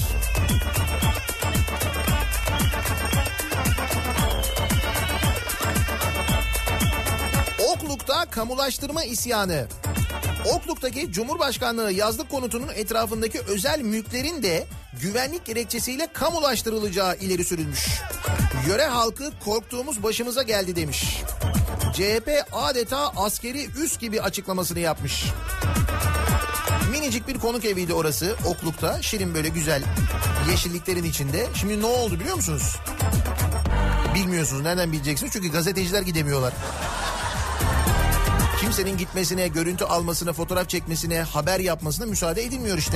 Okluk'ta kamulaştırma isyanı. Okluk'taki Cumhurbaşkanlığı yazlık konutunun etrafındaki özel mülklerin de güvenlik gerekçesiyle kamulaştırılacağı ileri sürülmüş. Yöre halkı korktuğumuz başımıza geldi demiş. CHP adeta askeri üs gibi açıklamasını yapmış. Minicik bir konuk eviydi orası Okluk'ta. Şirin böyle güzel yeşilliklerin içinde. Şimdi ne oldu biliyor musunuz? Bilmiyorsunuz, nereden bileceksiniz? Çünkü gazeteciler gidemiyorlar. Kimsenin gitmesine, görüntü almasına, fotoğraf çekmesine, haber yapmasına müsaade edilmiyor işte.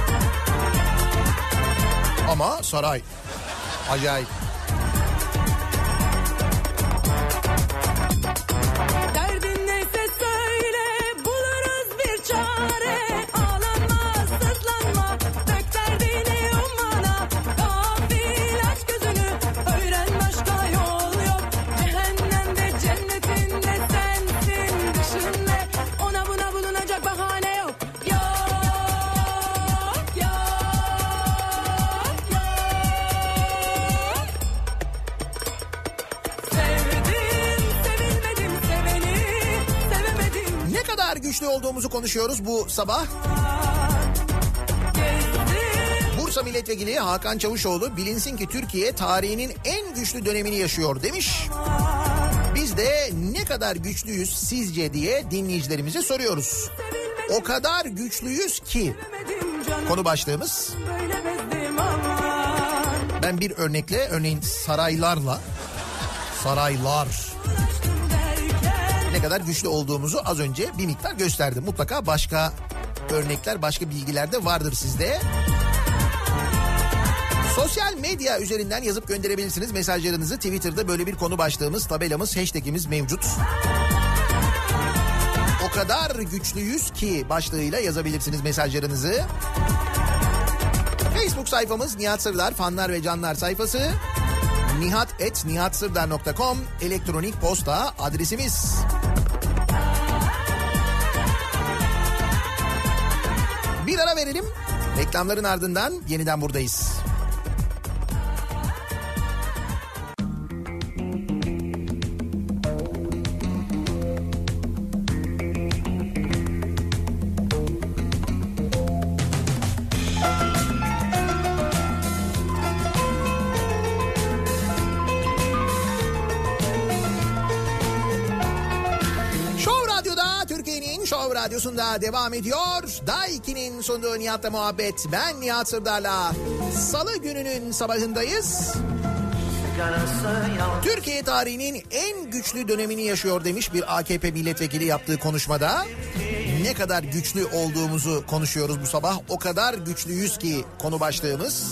Ama saray acayip. Derdin neyse söyle, buluruz bir çare. Ağlanma, sızlanma, dök derdini umana. Gafil aç gözünü, öğren başka yol yok. Cehennemde cennetinde sensin, düşünme. Ona buna bulunacak bahane yok. Yok, yok, yok. olduğumuzu konuşuyoruz bu sabah. Bursa Milletvekili Hakan Çavuşoğlu bilinsin ki Türkiye tarihinin en güçlü dönemini yaşıyor demiş. Biz de ne kadar güçlüyüz sizce diye dinleyicilerimize soruyoruz. O kadar güçlüyüz ki konu başlığımız. Ben bir örnekle, örneğin saraylar ne kadar güçlü olduğumuzu az önce bir miktar gösterdim. Mutlaka başka örnekler, başka bilgiler de vardır sizde. Sosyal medya üzerinden yazıp gönderebilirsiniz mesajlarınızı. Twitter'da böyle bir konu başlığımız, tabelamız, hashtagimiz mevcut. O kadar güçlüyüz ki başlığıyla yazabilirsiniz mesajlarınızı. Facebook sayfamız Nihat Sırdar fanlar ve canlar sayfası. nihat@nihatsırdar.com elektronik posta adresimiz. Bir ara verelim. Reklamların ardından yeniden buradayız. Show Radyosu'nda devam ediyor. Daiki'nin sunduğu Nihat'la muhabbet. Ben Nihat Sırdar'la. Salı gününün sabahındayız. Türkiye tarihinin en güçlü dönemini yaşıyor demiş bir AKP milletvekili yaptığı konuşmada. Ne kadar güçlü olduğumuzu konuşuyoruz bu sabah. O kadar güçlüyüz ki konu başlığımız.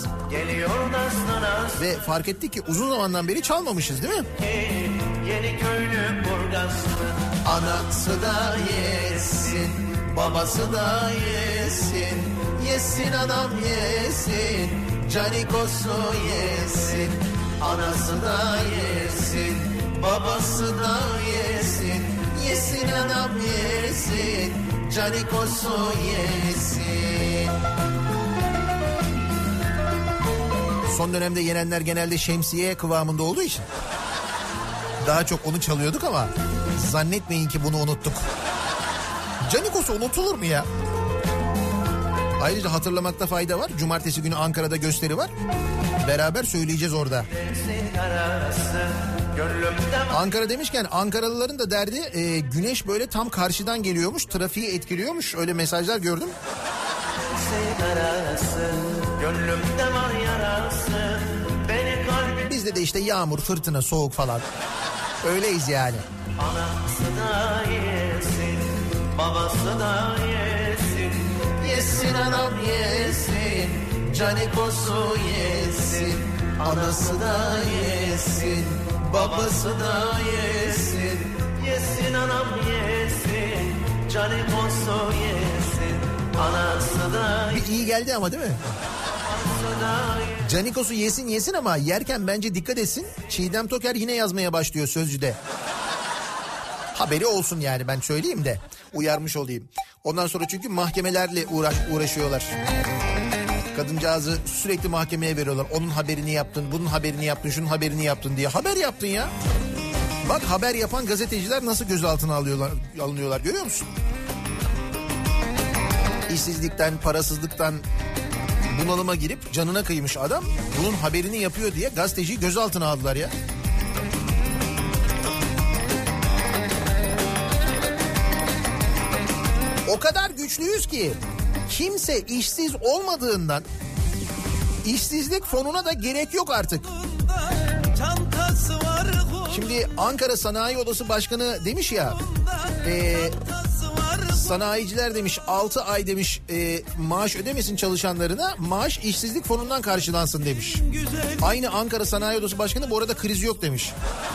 Ve fark ettik ki uzun zamandan beri çalmamışız değil mi? Yeni köylü Burgazlı. Anası da yesin, babası da yesin. Yesin anam yesin, canikosu yesin. Anası da yesin, babası da yesin. Yesin anam yesin, canikosu yesin. Son dönemde yenenler genelde şemsiye kıvamında olduğu için daha çok onu çalıyorduk ama zannetmeyin ki bunu unuttuk. Canikos'u unutulur mu ya? Ayrıca hatırlamakta fayda var. Cumartesi günü Ankara'da gösteri var. Beraber söyleyeceğiz orada. Ankara demişken Ankaralıların da derdi güneş böyle tam karşıdan geliyormuş. Trafiği etkiliyormuş. Öyle mesajlar gördüm. Bizde de işte yağmur, fırtına, soğuk falan. Öyleyiz yani. Anası da yesin, babası da yesin. Yesin anam yesin, canikosu yesin. Anası da yesin, babası da yesin. Yesin anam yesin, canikosu yesin. Anası da bir iyi geldi ama değil mi? Canikosu yesin ama yerken bence dikkat etsin. Çiğdem Toker yine yazmaya başlıyor Sözcü'de. Haberi olsun yani, ben söyleyeyim de uyarmış olayım. Ondan sonra çünkü mahkemelerle uğraşıyorlar. Kadıncağızı sürekli mahkemeye veriyorlar. Onun haberini yaptın, bunun haberini yaptın, şunun haberini yaptın diye. Haber yaptın ya. Bak haber yapan gazeteciler nasıl gözaltına alınıyorlar görüyor musun? İşsizlikten, parasızlıktan bunalıma girip canına kıymış adam. Bunun haberini yapıyor diye gazeteciyi gözaltına aldılar ya. O kadar güçlüyüz ki kimse işsiz olmadığından işsizlik fonuna da gerek yok artık. Şimdi Ankara Sanayi Odası Başkanı demiş ya, sanayiciler demiş 6 ay demiş maaş ödemesin çalışanlarına, maaş işsizlik fonundan karşılansın demiş. Aynı Ankara Sanayi Odası Başkanı bu arada kriz yok demiş.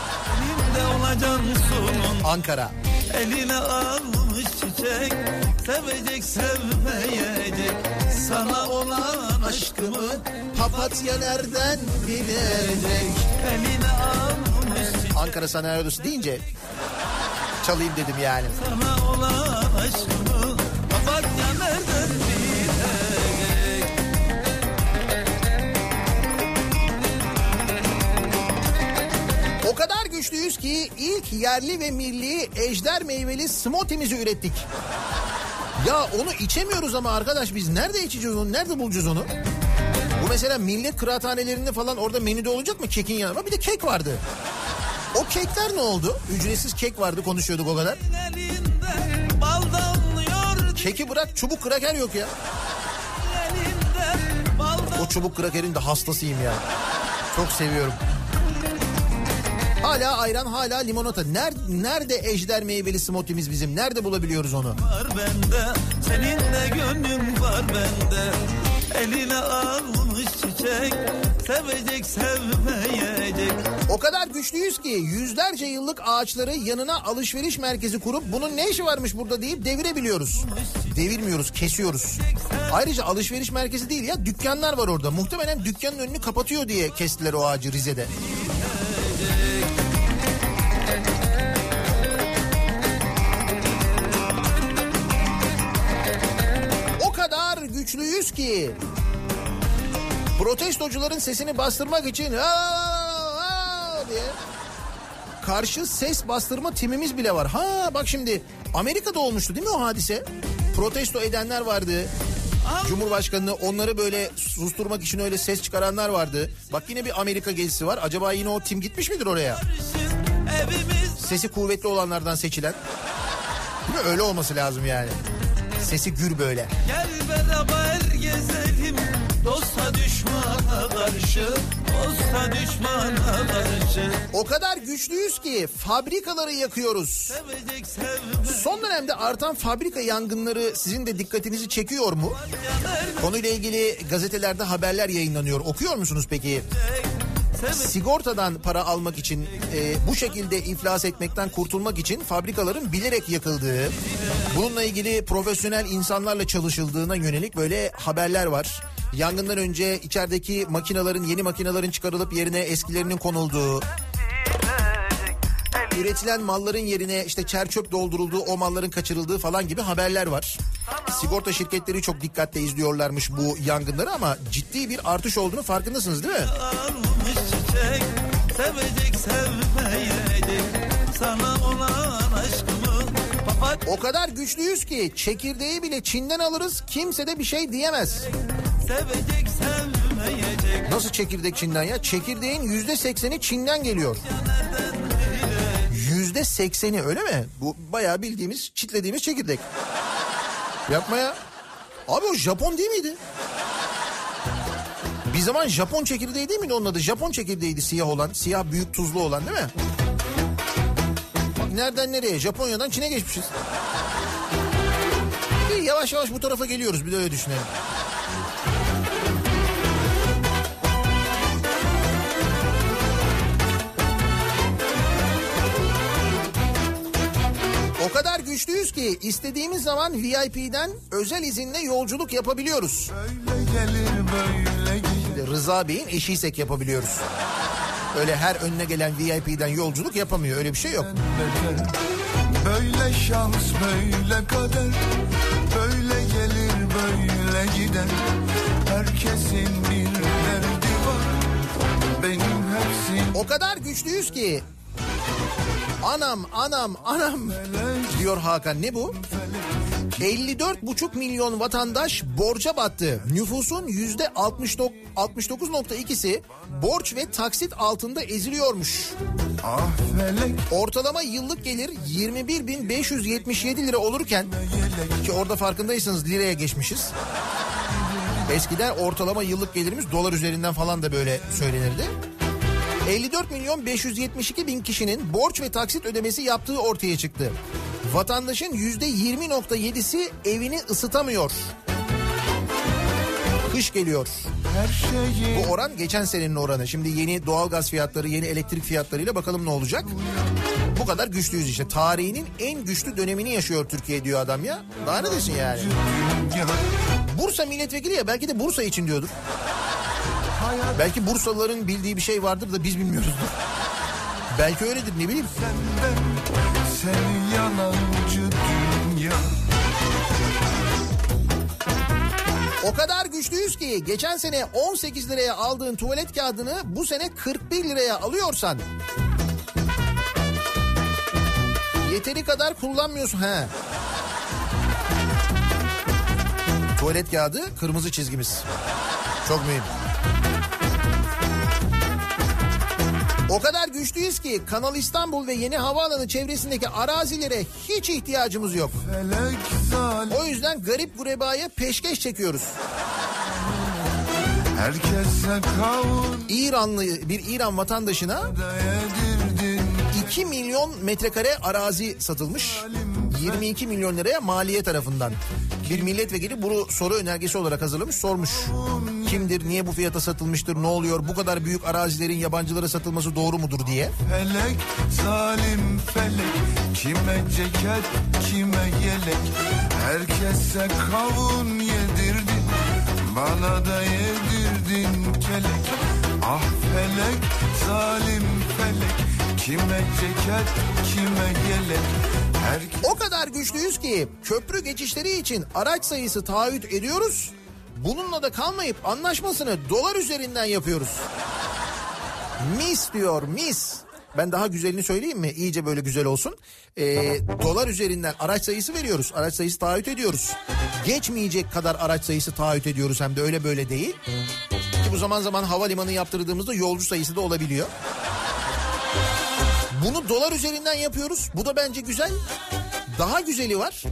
Ankara. Eline almış çiçek, sevecek sevmeyecek. Sana olan aşkımı papatya nereden bilecek? Eline almış çiçek. Ankara Sanayi Odası deyince çalayım dedim yani. Sana olan aşkımı papatya nereden bilecek? O kadar güçlüyüz ki ilk yerli ve milli ejder meyveli smoothie'mizi ürettik. Ya onu içemiyoruz ama arkadaş biz nerede içeceğiz onu? Nerede bulacağız onu? Bu mesela millet kıraathanelerinde falan orada menüde olacak mı kekin yanında? Bir de kek vardı. O kekler ne oldu? Ücretsiz kek vardı, konuşuyorduk o kadar. Keki bırak, çubuk kraker yok ya. O çubuk krakerin de hastasıyım ya. Çok seviyorum. Hala ayran, hala limonata. Nerede ejder meyveli smoothie'miz bizim? Nerede bulabiliyoruz onu? Var bende, senin de gönlün var bende. Eline almış çiçek, sevecek sevmeyecek. O kadar güçlüyüz ki yüzlerce yıllık ağaçları yanına alışveriş merkezi kurup bunun ne işi varmış burada deyip devirebiliyoruz. Devirmiyoruz, kesiyoruz. Ayrıca alışveriş merkezi değil ya, dükkanlar var orada. Muhtemelen dükkanın önünü kapatıyor diye kestiler o ağacı Rize'de. O kadar güçlüyüz ki protestocuların sesini bastırmak için diye karşı ses bastırma timimiz bile var. Ha bak şimdi Amerika'da olmuştu değil mi o hadise? Protesto edenler vardı. Cumhurbaşkanını, onları böyle susturmak için öyle ses çıkaranlar vardı. Bak yine bir Amerika gezisi var. Acaba yine o tim gitmiş midir oraya? Sesi kuvvetli olanlardan seçilen. Değil mi? Öyle olması lazım yani. Sesi gür böyle. Gel beraber gezelim, dosta düşmana karşı, dosta düşmana karşı. O kadar güçlüyüz ki fabrikaları yakıyoruz. Sevecek sevme. Son dönemde artan fabrika yangınları sizin de dikkatinizi çekiyor mu? Konuyla ilgili gazetelerde haberler yayınlanıyor. Okuyor musunuz peki? Sigortadan para almak için, bu şekilde iflas etmekten kurtulmak için fabrikaların bilerek yakıldığı, bununla ilgili profesyonel insanlarla çalışıldığına yönelik böyle haberler var. Yangından önce içerideki makinelerin, yeni makinelerin çıkarılıp yerine eskilerinin konulduğu, üretilen malların yerine işte çerçöp doldurulduğu, o malların kaçırıldığı falan gibi haberler var. Sigorta şirketleri çok dikkatle izliyorlarmış bu yangınları ama ciddi bir artış olduğunu farkındasınız değil mi? Almış çiçek, sevecek sevmeyecek. Sana olan aşkımı O kadar güçlüyüz ki çekirdeği bile Çin'den alırız, kimse de bir şey diyemez. sevecek sevmeyecek. Nasıl çekirdek Çin'den ya? Çekirdeğin %80'i Çin'den geliyor. %80'i öyle mi? Bu bayağı bildiğimiz, çitlediğimiz çekirdek. Yapma ya. Abi o Japon değil miydi? Bir zaman Japon çekirdeği değil miydi onun adı? Japon çekirdeğiydi, siyah olan. Siyah, büyük, tuzlu olan değil mi? Bak nereden nereye? Japonya'dan Çin'e geçmişiz. İyi, yavaş yavaş bu tarafa geliyoruz, bir de öyle düşünelim. O kadar güçlüyüz ki istediğimiz zaman VIP'den özel izinle yolculuk yapabiliyoruz. Şimdi Rıza Bey'in eşiysek yapabiliyoruz. Öyle her önüne gelen VIP'den yolculuk yapamıyor, öyle bir şey yok. Böyle şans, böyle kader, böyle gelir, böyle gider. Herkesin bir derdi var, benim hepsim. O kadar güçlüyüz ki anam diyor Hakan. Ne bu? 54,5 milyon vatandaş borca battı. Nüfusun %69.2'si borç ve taksit altında eziliyormuş. Ortalama yıllık gelir 21.577 lira olurken, ki orada farkındaysanız liraya geçmişiz. Eskiden ortalama yıllık gelirimiz dolar üzerinden falan da böyle söylenirdi. 54 milyon 572 bin kişinin borç ve taksit ödemesi yaptığı ortaya çıktı. Vatandaşın %20.7'si evini ısıtamıyor. Kış geliyor. Bu oran geçen senenin oranı. Şimdi yeni doğalgaz fiyatları, yeni elektrik fiyatlarıyla bakalım ne olacak. Bu kadar güçlüyüz işte. Tarihinin en güçlü dönemini yaşıyor Türkiye diyor adam ya. Daha ne desin yani? Bursa milletvekili ya, belki de Bursa için diyordur. Belki Bursalıların bildiği bir şey vardır da biz bilmiyoruzdur. Belki öyledir, ne bileyim. Seni yalancı dünya. O kadar güçlüyüz ki geçen sene 18 liraya aldığın tuvalet kağıdını bu sene 41 liraya alıyorsan, yeteri kadar kullanmıyorsun. Tuvalet kağıdı kırmızı çizgimiz. Çok mühim. O kadar güçlüyüz ki Kanal İstanbul ve Yeni Havaalanı çevresindeki arazilere hiç ihtiyacımız yok. O yüzden garip gurebaya peşkeş çekiyoruz. Herkese kavun. Bir İran vatandaşına 2 milyon metrekare arazi satılmış. 22 milyon liraya maliye tarafından. Bir milletvekili bu soru önergesi olarak hazırlamış, sormuş. Kimdir, niye bu fiyata satılmıştır, ne oluyor, bu kadar büyük arazilerin yabancılara satılması doğru mudur diye. Felek, zalim felek, kime ceket, kime yelek. Herkese kavun yedirdin, bana da yedirdin kelek. Ah felek, zalim felek, kime ceket, kime yelek. O kadar güçlüyüz ki köprü geçişleri için araç sayısı taahhüt ediyoruz. Bununla da kalmayıp anlaşmasını dolar üzerinden yapıyoruz. Mis diyor, mis. Ben daha güzelini söyleyeyim mi? İyice böyle güzel olsun. Dolar üzerinden araç sayısı veriyoruz. Araç sayısı taahhüt ediyoruz. Geçmeyecek kadar araç sayısı taahhüt ediyoruz, hem de öyle böyle değil. Ki bu zaman zaman havalimanı yaptırdığımızda yolcu sayısı da olabiliyor. Bunu dolar üzerinden yapıyoruz. Bu da bence güzel. Daha güzeli var.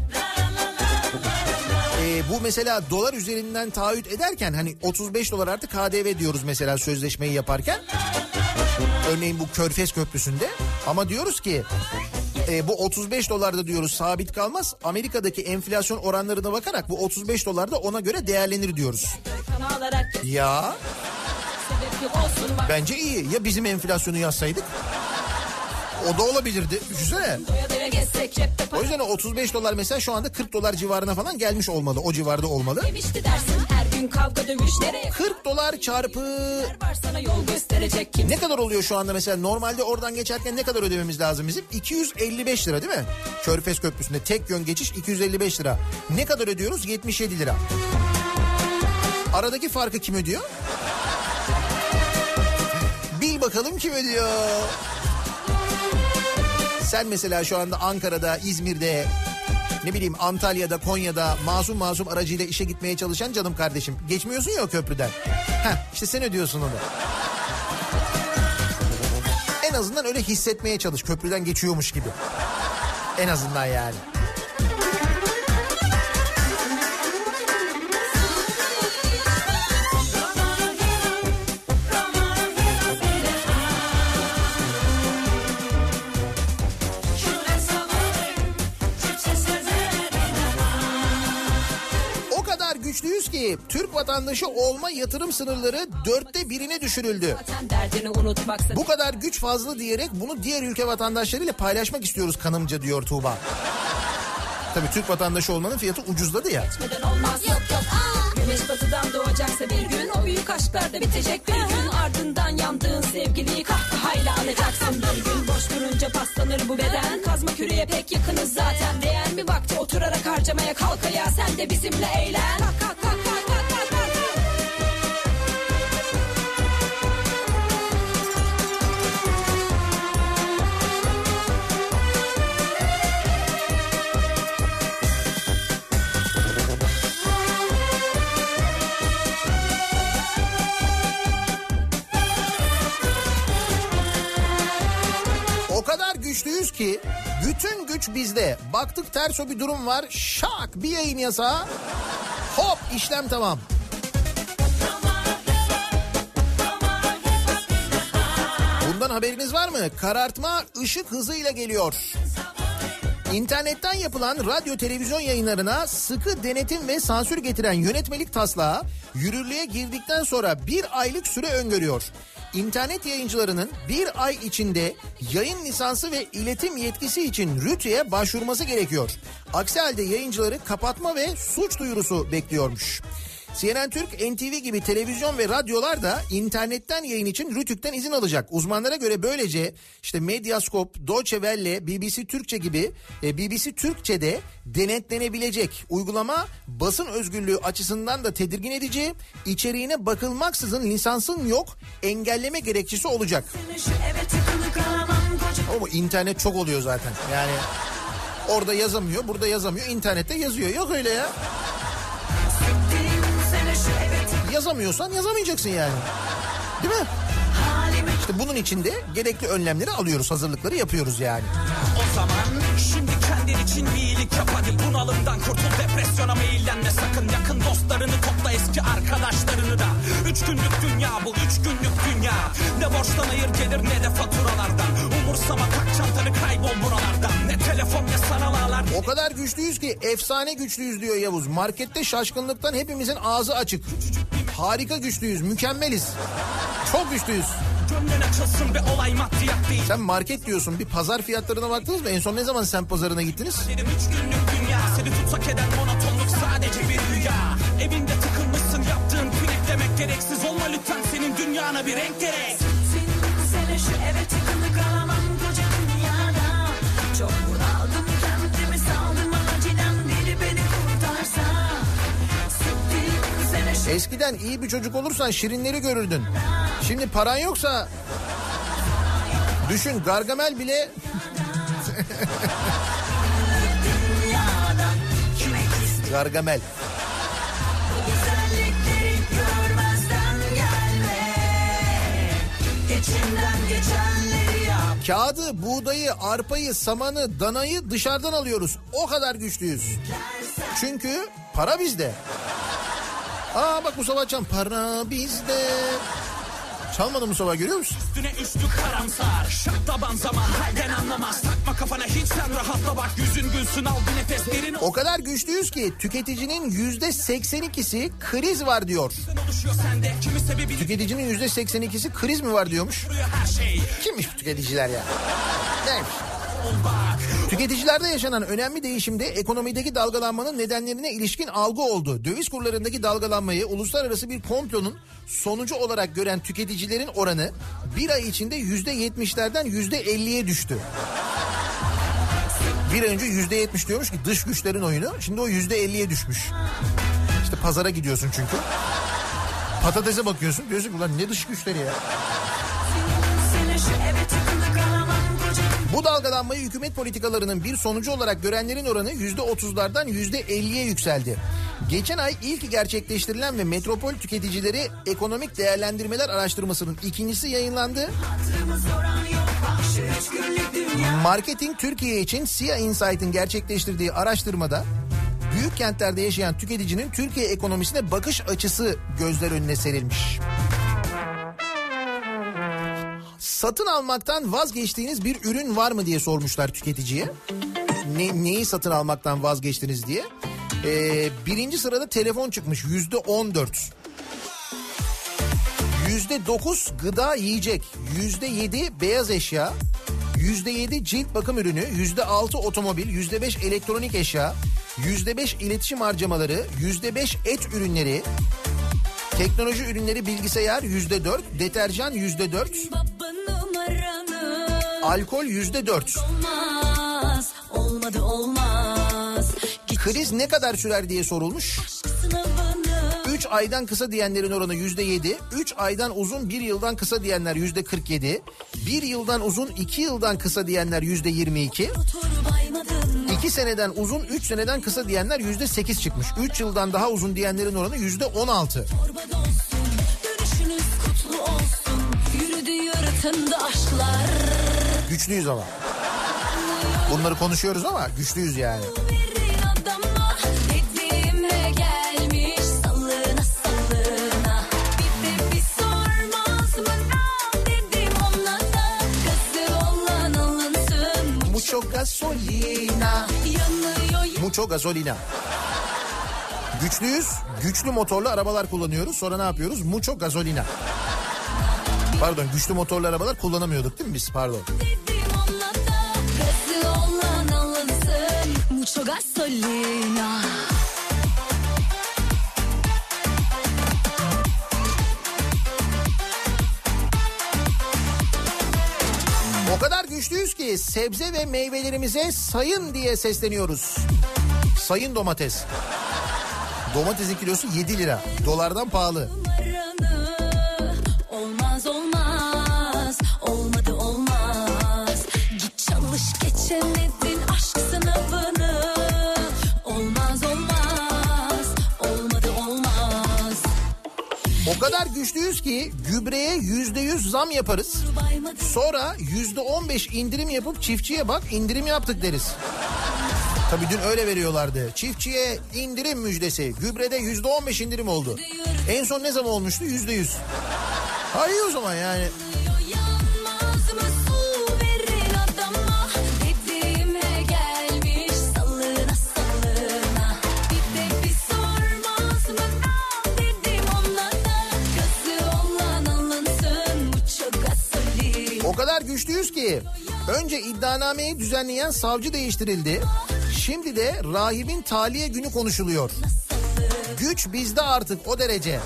Bu mesela dolar üzerinden taahhüt ederken hani 35 dolar artı KDV diyoruz mesela sözleşmeyi yaparken. Örneğin bu Körfez Köprüsü'nde. Ama diyoruz ki bu 35 dolarda diyoruz sabit kalmaz. Amerika'daki enflasyon oranlarına bakarak bu 35 dolar da ona göre değerlenir diyoruz. Ya bence iyi. Ya bizim enflasyonu yazsaydık? O da olabilirdi. Düşünsene. O yüzden 35 dolar mesela şu anda 40 dolar civarına falan gelmiş olmalı. O civarda olmalı. 40 dolar çarpı... Ne kadar oluyor şu anda mesela? Normalde oradan geçerken ne kadar ödememiz lazım bizim? 255 lira değil mi? Körfez Köprüsü'nde tek yön geçiş 255 lira. Ne kadar ödüyoruz? 77 lira. Aradaki farkı kim ödüyor? Bil bakalım kim ödüyor? Sen mesela şu anda Ankara'da, İzmir'de, ne bileyim Antalya'da, Konya'da masum aracıyla işe gitmeye çalışan canım kardeşim. Geçmiyorsun ya o köprüden. İşte sen ödüyorsun onu. En azından öyle hissetmeye çalış. Köprüden geçiyormuş gibi. En azından yani. Güçlüyüz ki Türk vatandaşı olma yatırım sınırları 1/4'e düşürüldü. Bu kadar güç fazla diyerek bunu diğer ülke vatandaşlarıyla paylaşmak istiyoruz kanımca diyor Tuğba. Tabii Türk vatandaşı olmanın fiyatı ucuzladı ya. Olmaz, yok. Güneş batıdan doğacaksa bir gün, o büyük aşklar da bitecek bir gün. Ardından yandığın sevgiliyi kahkahayla anacaksın bir gün. Boş durunca paslanır bu beden, kazma küreye pek yakınız zaten. Değer mi vakti oturarak harcamaya kalk ayağa, sen de bizimle eğlen. Kalk. Güçlüyüz ki bütün güç bizde. Baktık ters o bir durum var. Şak bir yayın yasağı. Hop işlem tamam. Bundan haberiniz var mı? Karartma ışık hızıyla geliyor. İnternetten yapılan radyo televizyon yayınlarına sıkı denetim ve sansür getiren yönetmelik taslağı yürürlüğe girdikten sonra 1 aylık süre öngörüyor. İnternet yayıncılarının 1 ay içinde yayın lisansı ve iletim yetkisi için RTÜK'e başvurması gerekiyor. Aksi halde yayıncıları kapatma ve suç duyurusu bekliyormuş. CNN Türk, NTV gibi televizyon ve radyolar da internetten yayın için RTÜK'ten izin alacak. Uzmanlara göre böylece işte Medyascope, Deutsche Welle, BBC Türkçe gibi BBC Türkçe'de denetlenebilecek. Uygulama basın özgürlüğü açısından da tedirgin edici. İçeriğine bakılmaksızın lisansın yok, engelleme gerekçesi olacak. Ama internet çok oluyor zaten. Yani orada yazamıyor, burada yazamıyor, internette yazıyor. Yok öyle ya. Yazamıyorsan yazamayacaksın yani. Değil mi? İşte bunun için de gerekli önlemleri alıyoruz, hazırlıkları yapıyoruz yani. O zaman şimdi kendin için bir iyilik yap hadi. Bunalımdan kurtul, depresyona meyillenme sakın. Yakın dostlarını topla, eski arkadaşlarını da. 3 günlük dünya bu, 3 günlük dünya. Ne borçtan hayır gelir ne de faturalardan. Umursama, tak çantanı, kaybol buralardan. Ne telefon ne sanal ağlar. O kadar güçlüyüz ki efsane güçlüyüz diyor Yavuz. Markette şaşkınlıktan hepimizin ağzı açık. Harika güçlüyüz, mükemmeliz. Çok güçlüyüz. Gönlün açılsın be, olay maddiyat değil. Sen market diyorsun, bir pazar fiyatlarına baktınız mı? En son ne zaman semt pazarına gittiniz? 3 günlük dünya, seni tutsak eden monotonluk sadece bir rüya. Evinde tıkılmışsın, yaptığın pineklemek gereksiz. Olma lütfen, senin dünyana bir renk gerek. Sene şu eve tıkılı kalamam koca dünyada. Çok bunaldım, kendimi saldım, acilen biri beni kurtarsa. Eskiden iyi bir çocuk olursan şirinleri görürdün. Şimdi paran yoksa düşün, Gargamel bile Gargamel. Kağıdı, buğdayı, arpayı, samanı, danayı dışarıdan alıyoruz. O kadar güçlüyüz. Çünkü para bizde. Aa bak Mustafa Can, para bizde. Çalmadı Mustafa, görüyor musun? Üstüne üstlük karamsar, şaklaban zaman halden anlamaz. Takma kafana hiç, sen rahatla bak, yüzün gülsün, al bir nefes derin. O kadar güçlüyüz ki tüketicinin %82'si kriz var diyor. Tüketicinin %82'si kriz mi var diyormuş. Kimmiş bu tüketiciler ya? Neymiş? Tüketicilerde yaşanan önemli değişimde ekonomideki dalgalanmanın nedenlerine ilişkin algı oldu. Döviz kurlarındaki dalgalanmayı uluslararası bir komplonun sonucu olarak gören tüketicilerin oranı bir ay içinde %70'lerden %50'ye düştü. Bir ay önce %70 diyormuş ki dış güçlerin oyunu, şimdi o %50'ye düşmüş. İşte pazara gidiyorsun çünkü. Patatese bakıyorsun, diyorsun ki ulan ne dış güçleri ya. Bu dalgalanmayı hükümet politikalarının bir sonucu olarak görenlerin oranı %30'lardan %50'ye yükseldi. Geçen ay ilk gerçekleştirilen ve metropol tüketicileri ekonomik değerlendirmeler araştırmasının ikincisi yayınlandı. Marketing Türkiye için SİA Insight'ın gerçekleştirdiği araştırmada büyük kentlerde yaşayan tüketicinin Türkiye ekonomisine bakış açısı gözler önüne serilmiş. Satın almaktan vazgeçtiğiniz bir ürün var mı diye sormuşlar tüketiciye. Neyi satın almaktan vazgeçtiniz diye. Birinci sırada telefon çıkmış, %14. %9 gıda yiyecek, %7 beyaz eşya, %7 cilt bakım ürünü, %6 otomobil, %5 elektronik eşya, %5 iletişim harcamaları, %5 et ürünleri, teknoloji ürünleri, bilgisayar %4, deterjan %4, alkol %4. Olmadı olmaz. Kriz ne kadar sürer diye sorulmuş. 3 aydan kısa diyenlerin oranı %7, 3 aydan uzun 1 yıldan kısa diyenler %47, 1 yıldan uzun 2 yıldan kısa diyenler %22, 2 seneden uzun 3 seneden kısa diyenler %8 çıkmış. 3 yıldan daha uzun diyenlerin oranı %16. Güçlüyüz ama. Bunları konuşuyoruz ama güçlüyüz yani. Mucho gasolina. Mucho gasolina. Güçlüyüz. Güçlü motorlu arabalar kullanıyoruz. Sonra ne yapıyoruz? Mucho gasolina. Pardon, güçlü motorlu arabalar kullanamıyorduk değil mi biz? Pardon. Mucho gasolina. O kadar güçlüyüz ki sebze ve meyvelerimize sayın diye sesleniyoruz. Sayın domates. Domatesin kilosu 7 lira. Dolardan pahalı. Olmaz olmaz. Olmadı olmaz. Git çalış geçemedin aşk sınavını. Olmaz olmaz. Olmadı olmaz. O kadar güçlüyüz ki gübreye %100 zam yaparız. Sonra %15 indirim yapıp çiftçiye bak indirim yaptık deriz. Tabii dün öyle veriyorlardı. Çiftçiye indirim müjdesi. Gübrede %15 indirim oldu. En son ne zaman olmuştu? %100. Hayır o zaman yani. O kadar güçlüyüz ki önce iddianameyi düzenleyen savcı değiştirildi. Şimdi de rahibin tahliye günü konuşuluyor. Güç bizde artık o derece.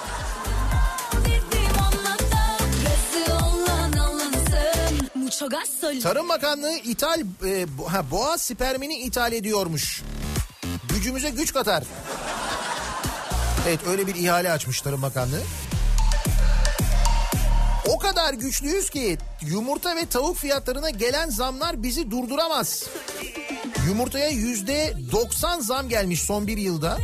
Tarım Bakanlığı boğa spermini ithal ediyormuş. Gücümüze güç katar. Evet öyle bir ihale açmış Tarım Bakanlığı. O kadar güçlüyüz ki yumurta ve tavuk fiyatlarına gelen zamlar bizi durduramaz. Yumurtaya %90 zam gelmiş son bir yılda.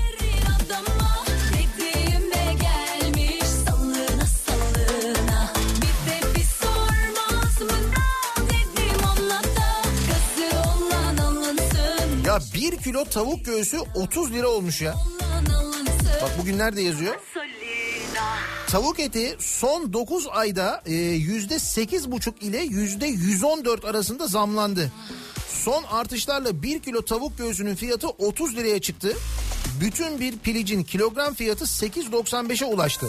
Ya 1 kilo tavuk göğsü 30 lira olmuş ya. Bak bugün nerede yazıyor? Tavuk eti son 9 ayda %8,5 ile %114 arasında zamlandı. Son artışlarla 1 kilo tavuk göğsünün fiyatı 30 liraya çıktı. Bütün bir pilicin kilogram fiyatı 8,95'e ulaştı.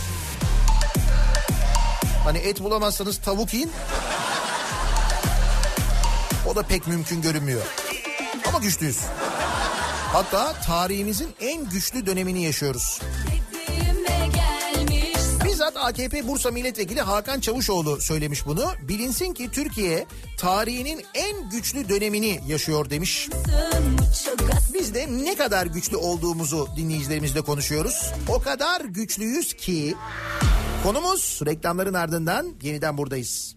Hani et bulamazsanız tavuk yiyin. O da pek mümkün görünmüyor. Ama güçlüyüz. Hatta tarihimizin en güçlü dönemini yaşıyoruz. Bizzat AKP Bursa Milletvekili Hakan Çavuşoğlu söylemiş bunu. Bilinsin ki Türkiye tarihinin en güçlü dönemini yaşıyor demiş. Biz de ne kadar güçlü olduğumuzu dinleyicilerimizle konuşuyoruz. O kadar güçlüyüz ki konumuz reklamların ardından yeniden buradayız.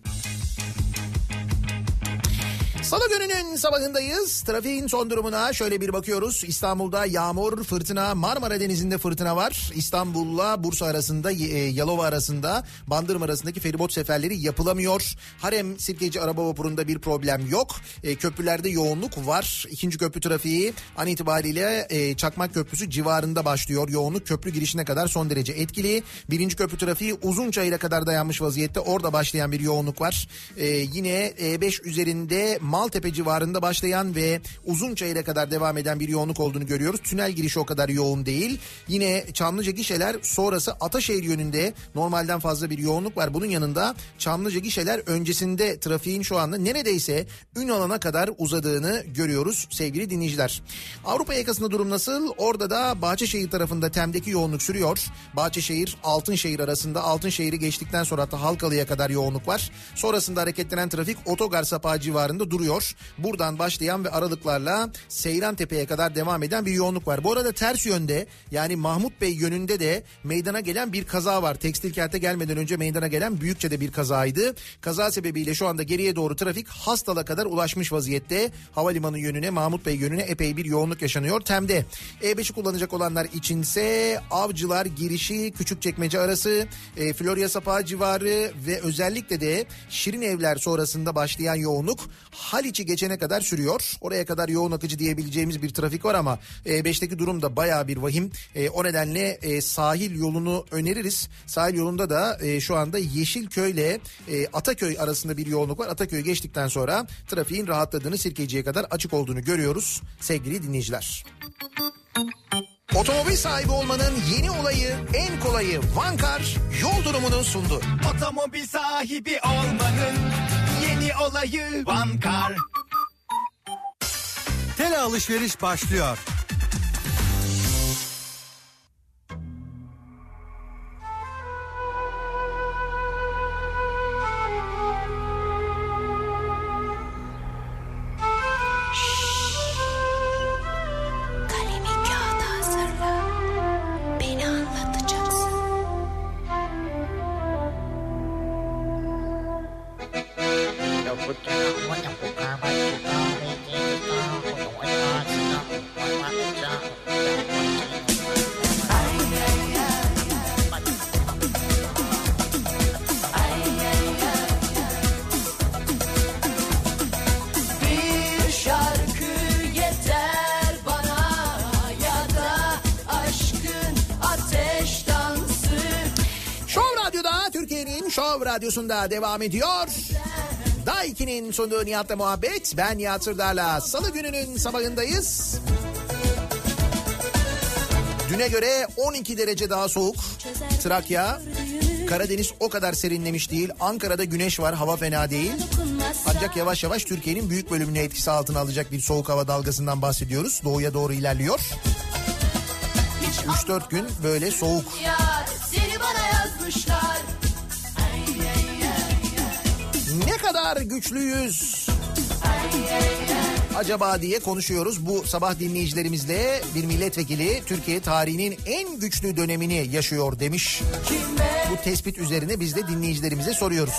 Salı gününün sabahındayız. Trafiğin son durumuna şöyle bir bakıyoruz. İstanbul'da yağmur, fırtına, Marmara Denizi'nde fırtına var. İstanbul'la Bursa arasında, Yalova arasında, Bandırma arasındaki feribot seferleri yapılamıyor. Harem Sirkeci araba vapurunda bir problem yok. Köprülerde yoğunluk var. İkinci köprü trafiği an itibariyle Çakmak Köprüsü civarında başlıyor. Yoğunluk köprü girişine kadar son derece etkili. Birinci köprü trafiği Uzunçayır'a kadar dayanmış vaziyette. Orada başlayan bir yoğunluk var. Yine E5 üzerinde Maltepe civarında başlayan ve Uzunçayır'a kadar devam eden bir yoğunluk olduğunu görüyoruz. Tünel girişi o kadar yoğun değil. Yine Çamlıca gişeler sonrası Ataşehir yönünde normalden fazla bir yoğunluk var. Bunun yanında Çamlıca gişeler öncesinde trafiğin şu anda neredeyse Ünalan'a kadar uzadığını görüyoruz sevgili dinleyiciler. Avrupa yakasında durum nasıl? Orada da Bahçeşehir tarafında TEM'deki yoğunluk sürüyor. Bahçeşehir Altınşehir arasında, Altınşehir'i geçtikten sonra hatta Halkalı'ya kadar yoğunluk var. Sonrasında hareketlenen trafik Otogar Sapağı civarında duruyor. Buradan başlayan ve aralıklarla Seyrantepe'ye kadar devam eden bir yoğunluk var. Bu arada ters yönde yani Mahmut Bey yönünde de meydana gelen bir kaza var. Tekstilkent'e gelmeden önce meydana gelen Büyükçe'de bir kazaydı. Kaza sebebiyle şu anda geriye doğru trafik Hastal'a kadar ulaşmış vaziyette. Havalimanı yönüne, Mahmut Bey yönüne epey bir yoğunluk yaşanıyor. TEM'de E5'i kullanacak olanlar içinse Avcılar girişi, Küçükçekmece arası, Florya Sapağı civarı ve özellikle de Şirinevler sonrasında başlayan yoğunluk Haliç'i geçene kadar sürüyor. Oraya kadar yoğun akıcı diyebileceğimiz bir trafik var ama E5'teki durum da bayağı bir vahim. O nedenle sahil yolunu öneririz. Sahil yolunda da şu anda Yeşilköy ile Ataköy arasında bir yoğunluk var. Ataköy geçtikten sonra trafiğin rahatladığını, Sirkeci'ye kadar açık olduğunu görüyoruz sevgili dinleyiciler. Otomobil sahibi olmanın yeni olayı, en kolayı Vankar yol durumunu sundu. Otomobil sahibi olmanın yeni olayı Vankar. Tele alışveriş başlıyor. Show Radyosu'nda devam ediyor. Daiki'nin sunduğu Nihat'la muhabbet. Ben Nihat Sırdar'la Salı gününün sabahındayız. Düne göre 12 derece daha soğuk. Trakya, Karadeniz o kadar serinlemiş değil. Ankara'da güneş var, hava fena değil. Ancak yavaş yavaş Türkiye'nin büyük bölümünü etkisi altına alacak bir soğuk hava dalgasından bahsediyoruz. Doğuya doğru ilerliyor. 3-4 gün böyle soğuk. Seni bana yazmışlar. Ne kadar güçlüyüz acaba diye konuşuyoruz. Bu sabah dinleyicilerimizle bir milletvekili Türkiye tarihinin en güçlü dönemini yaşıyor demiş. Bu tespit üzerine biz de dinleyicilerimize soruyoruz.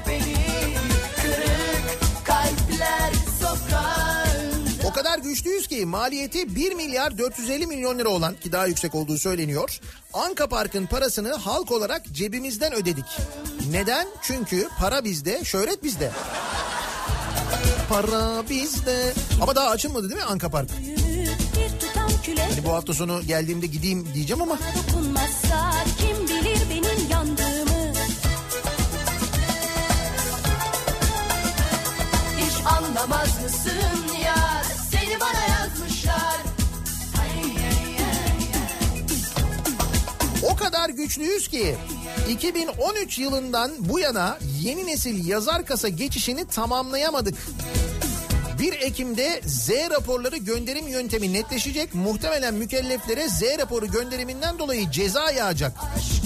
O kadar güçlüyüz ki maliyeti 1 milyar 450 milyon lira olan, ki daha yüksek olduğu söyleniyor, Anka Park'ın parasını halk olarak cebimizden ödedik. Neden? Çünkü para bizde, şöhret bizde. Para bizde. Ama daha açılmadı değil mi Anka Park? Hani bu hafta sonu geldiğimde gideyim diyeceğim ama. Dokunmazsa kim bilir benim yandığımı. Hiç anlamaz mısın ya? Seni bana yazmışlar. O kadar güçlüyüz ki 2013 yılından bu yana yeni nesil yazar kasa geçişini tamamlayamadık. 1 Ekim'de Z raporları gönderim yöntemi netleşecek. Muhtemelen mükelleflere Z raporu gönderiminden dolayı ceza yağacak.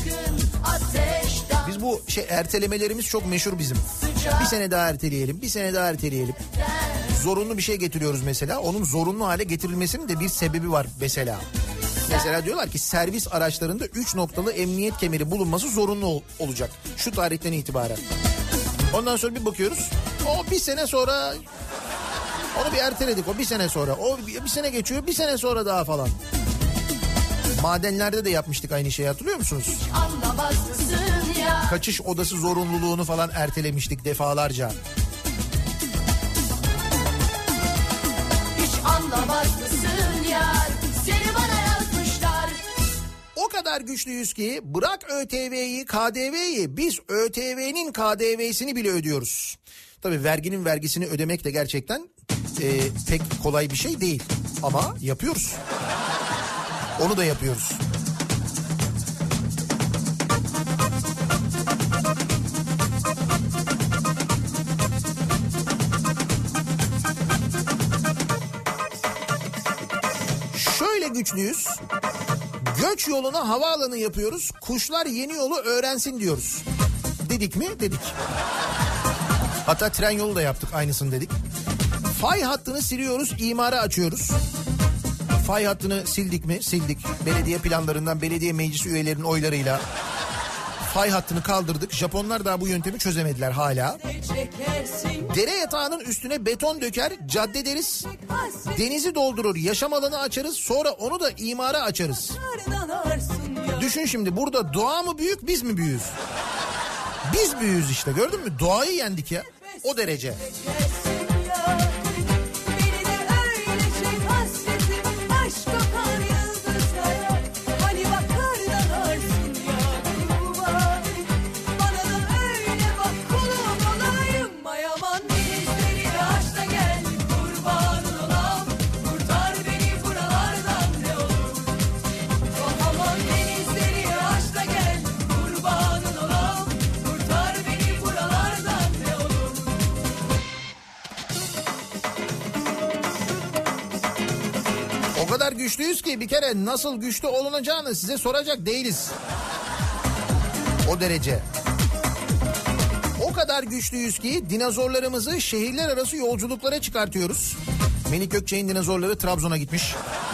Biz bu ertelemelerimiz çok meşhur bizim. Bir sene daha erteleyelim, bir sene daha erteleyelim. Zorunlu bir şey getiriyoruz mesela. Onun zorunlu hale getirilmesinin de bir sebebi var mesela. Mesela diyorlar ki servis araçlarında 3 noktalı emniyet kemeri bulunması zorunlu olacak. Şu tarihten itibaren. Ondan sonra bir bakıyoruz. O bir sene sonra... Onu bir erteledik, o bir sene sonra. O bir sene geçiyor, bir sene sonra daha falan. Madenlerde de yapmıştık aynı şeyi, hatırlıyor musunuz? Kaçış odası zorunluluğunu falan ertelemiştik defalarca. Hiç anlamaz mısın ya? Seni bana yazmışlar. O kadar güçlüyüz ki bırak ÖTV'yi, KDV'yi, biz ÖTV'nin KDV'sini bile ödüyoruz. Tabii verginin vergisini ödemek de gerçekten pek kolay bir şey değil. Ama yapıyoruz. Onu da yapıyoruz. Şöyle güçlüyüz. Göç yoluna havaalanı yapıyoruz. Kuşlar yeni yolu öğrensin diyoruz. Dedik mi? Dedik. Hatta tren yolu da yaptık, aynısını dedik. Fay hattını siliyoruz, imara açıyoruz. Fay hattını sildik mi? Sildik. Belediye planlarından, belediye meclis üyelerinin oylarıyla fay hattını kaldırdık. Japonlar daha bu yöntemi çözemediler hala. Dere yatağının üstüne beton döker, cadde deriz. Denizi doldurur, yaşam alanı açarız. Sonra onu da imara açarız. Düşün şimdi, burada doğa mı büyük, biz mi büyüğüz? Biz büyüğüz işte, gördün mü? Doğayı yendik ya. O derece. O kadar güçlüyüz ki bir kere nasıl güçlü olunacağını size soracak değiliz. O derece. O kadar güçlüyüz ki dinozorlarımızı şehirler arası yolculuklara çıkartıyoruz. Melik Gökçek'in dinozorları Trabzon'a gitmiş.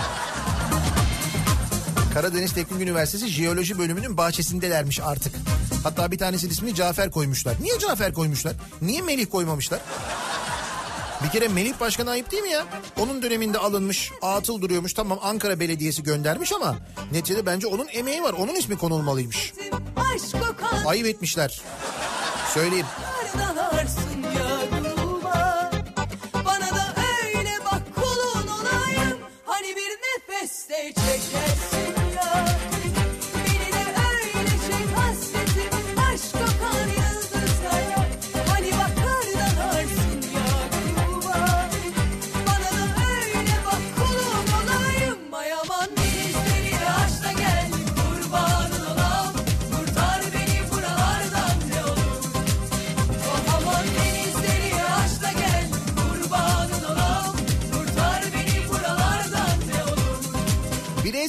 Karadeniz Teknik Üniversitesi Jeoloji bölümünün bahçesindelermiş artık. Hatta bir tanesinin ismini Cafer koymuşlar. Niye Cafer koymuşlar? Niye Melih koymamışlar? Bir kere Melih Başkan'a ayıp değil mi ya? Onun döneminde alınmış, atıl duruyormuş. Tamam, Ankara Belediyesi göndermiş ama neticede bence onun emeği var. Onun ismi konulmalıymış. Ayıp etmişler. Söyleyeyim. Bana da öyle bak, kulun olayım. Hani bir nefeste çekersin ya. Beni de öyle çek hasretim, aşk kokar ya.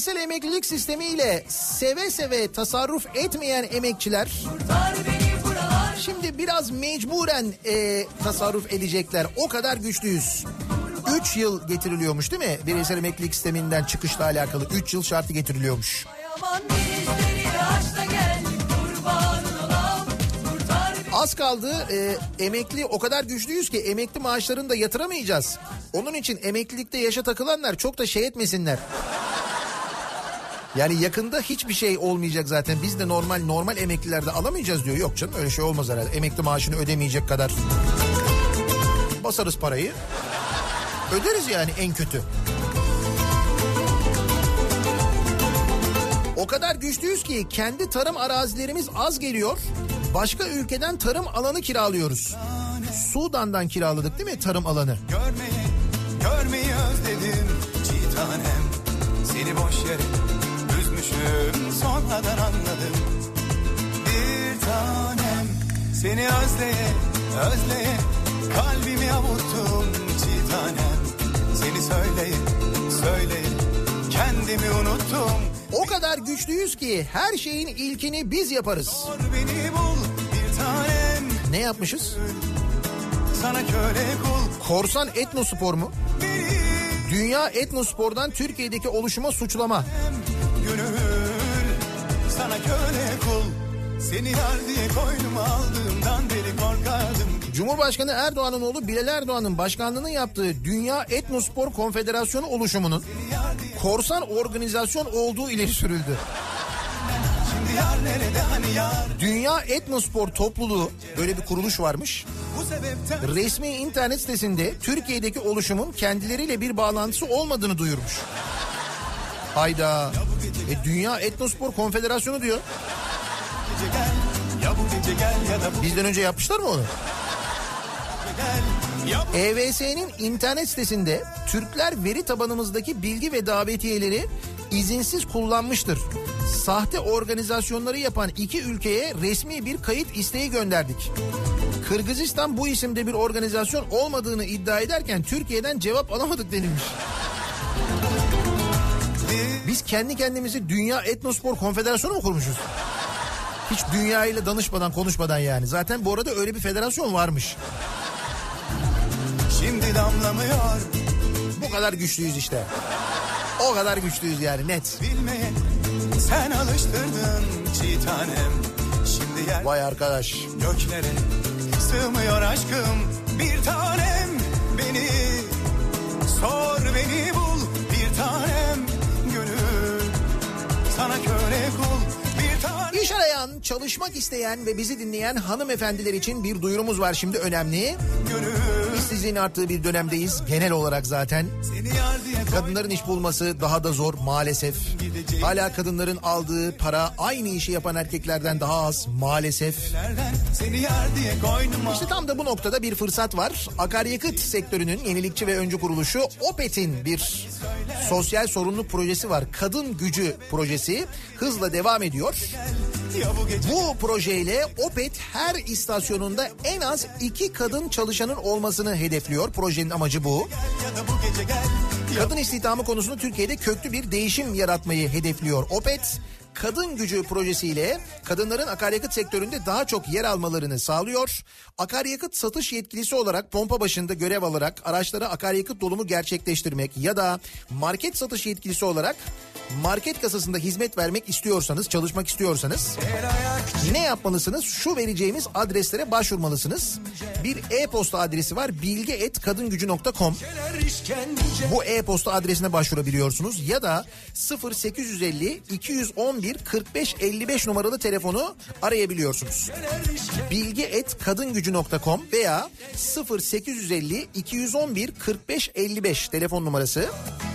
bireysel emeklilik sistemiyle seve seve tasarruf etmeyen emekçiler şimdi biraz mecburen tasarruf edecekler. O kadar güçlüyüz. 3 yıl getiriliyormuş değil mi? Bireysel emeklilik sisteminden çıkışla alakalı 3 yıl şartı getiriliyormuş. Az kaldı, emekli o kadar güçlüyüz ki emekli maaşlarını da yatıramayacağız. Onun için emeklilikte yaşa takılanlar çok da şey etmesinler. Yani yakında hiçbir şey olmayacak zaten. Biz de normal emeklilerde alamayacağız diyor. Yok canım öyle şey olmaz herhalde. Emekli maaşını ödemeyecek kadar basarız parayı. Öderiz yani en kötü. O kadar güçlüyüz ki kendi tarım arazilerimiz az geliyor. Başka ülkeden tarım alanı kiralıyoruz. Sudan'dan kiraladık değil mi tarım alanı? Görmeyi özledim çiğ tanem. Seni boş yere üzmüşüm sonradan anladım. Bir tanem seni özleye kalbimi avuttum çiğ tanem. Seni söyleye kendimi unuttum. O kadar güçlüyüz ki her şeyin ilkini biz yaparız. Beni bul bir tanem. Ne yapmışız? Sana köle kul. Korsan etnospor mu? Dünya Etnospor'dan Türkiye'deki oluşuma suçlama. Gönül sana köle kul. Seni yar diye koynuma aldığımdan beri korkardım. Cumhurbaşkanı Erdoğan'ın oğlu Bilal Erdoğan'ın başkanlığını yaptığı Dünya Etnospor Konfederasyonu oluşumunun korsan organizasyon olduğu ileri sürüldü. Dünya Etnospor Topluluğu, böyle bir kuruluş varmış. Resmi internet sitesinde Türkiye'deki oluşumun kendileriyle bir bağlantısı olmadığını duyurmuş. Hayda. Dünya Etnospor Konfederasyonu diyor. Bizden önce yapmışlar mı onu? EVS'nin internet sitesinde Türkler veri tabanımızdaki bilgi ve davetiyeleri izinsiz kullanmıştır. Sahte organizasyonları yapan 2 ülkeye resmi bir kayıt isteği gönderdik. Kırgızistan bu isimde bir organizasyon olmadığını iddia ederken Türkiye'den cevap alamadık denilmiş. Biz kendi kendimizi Dünya Etnospor Konfederasyonu mu kurmuşuz? Hiç dünya ile danışmadan konuşmadan yani. Zaten bu arada öyle bir federasyon varmış. Şimdi damlamıyor. Bu kadar güçlüyüz işte. O kadar güçlüyüz yani net. Bilmeye sen alıştırdın çiğ tanem. Şimdi yer vay arkadaş. Göklere sığmıyor aşkım bir tanem. Beni sor beni bul bir tanem. Gönül sana köle kul. İş arayan, çalışmak isteyen ve bizi dinleyen hanımefendiler için bir duyurumuz var şimdi önemli. İşsizliğin arttığı bir dönemdeyiz genel olarak zaten. Kadınların iş bulması daha da zor maalesef. Hala kadınların aldığı para aynı işi yapan erkeklerden daha az maalesef. İşte tam da bu noktada bir fırsat var. Akaryakıt sektörünün yenilikçi ve öncü kuruluşu Opet'in bir sosyal sorumluluk projesi var. Kadın Gücü projesi hızla devam ediyor. Bu projeyle Opet her istasyonunda en az 2 kadın çalışanın olmasını hedefliyor. Projenin amacı bu. Kadın istihdamı konusunda Türkiye'de köklü bir değişim yaratmayı hedefliyor Opet. Kadın Gücü projesiyle kadınların akaryakıt sektöründe daha çok yer almalarını sağlıyor. Akaryakıt satış yetkilisi olarak pompa başında görev alarak araçlara akaryakıt dolumu gerçekleştirmek ya da market satış yetkilisi olarak market kasasında hizmet vermek istiyorsanız, çalışmak istiyorsanız ne yapmalısınız? Şu vereceğimiz adreslere başvurmalısınız. Bir e-posta adresi var, bilgi@kadingücü.com. Bu e-posta adresine başvurabiliyorsunuz ya da 0850 211 45 55 numaralı telefonu arayabiliyorsunuz. bilgi@kadingücü.com veya 0850 211 45 55 telefon numarası.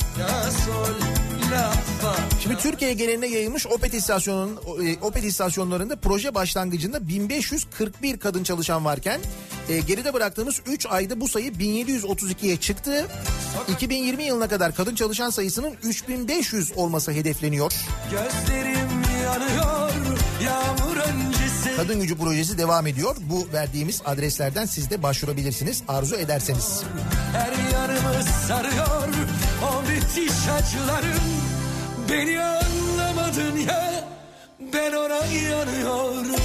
Şimdi Türkiye geneline yayılmış Opet istasyonlarında proje başlangıcında 1541 kadın çalışan varken geride bıraktığımız 3 ayda bu sayı 1732'ye çıktı. 2020 yılına kadar kadın çalışan sayısının 3500 olması hedefleniyor. Gözlerim yanıyor, yağmur öncesi. Kadın Gücü projesi devam ediyor. Bu verdiğimiz adreslerden siz de başvurabilirsiniz arzu ederseniz. Her yanımı sarıyor o müthiş acılarım. Beni anlamadın ya, ben ona yanıyorum.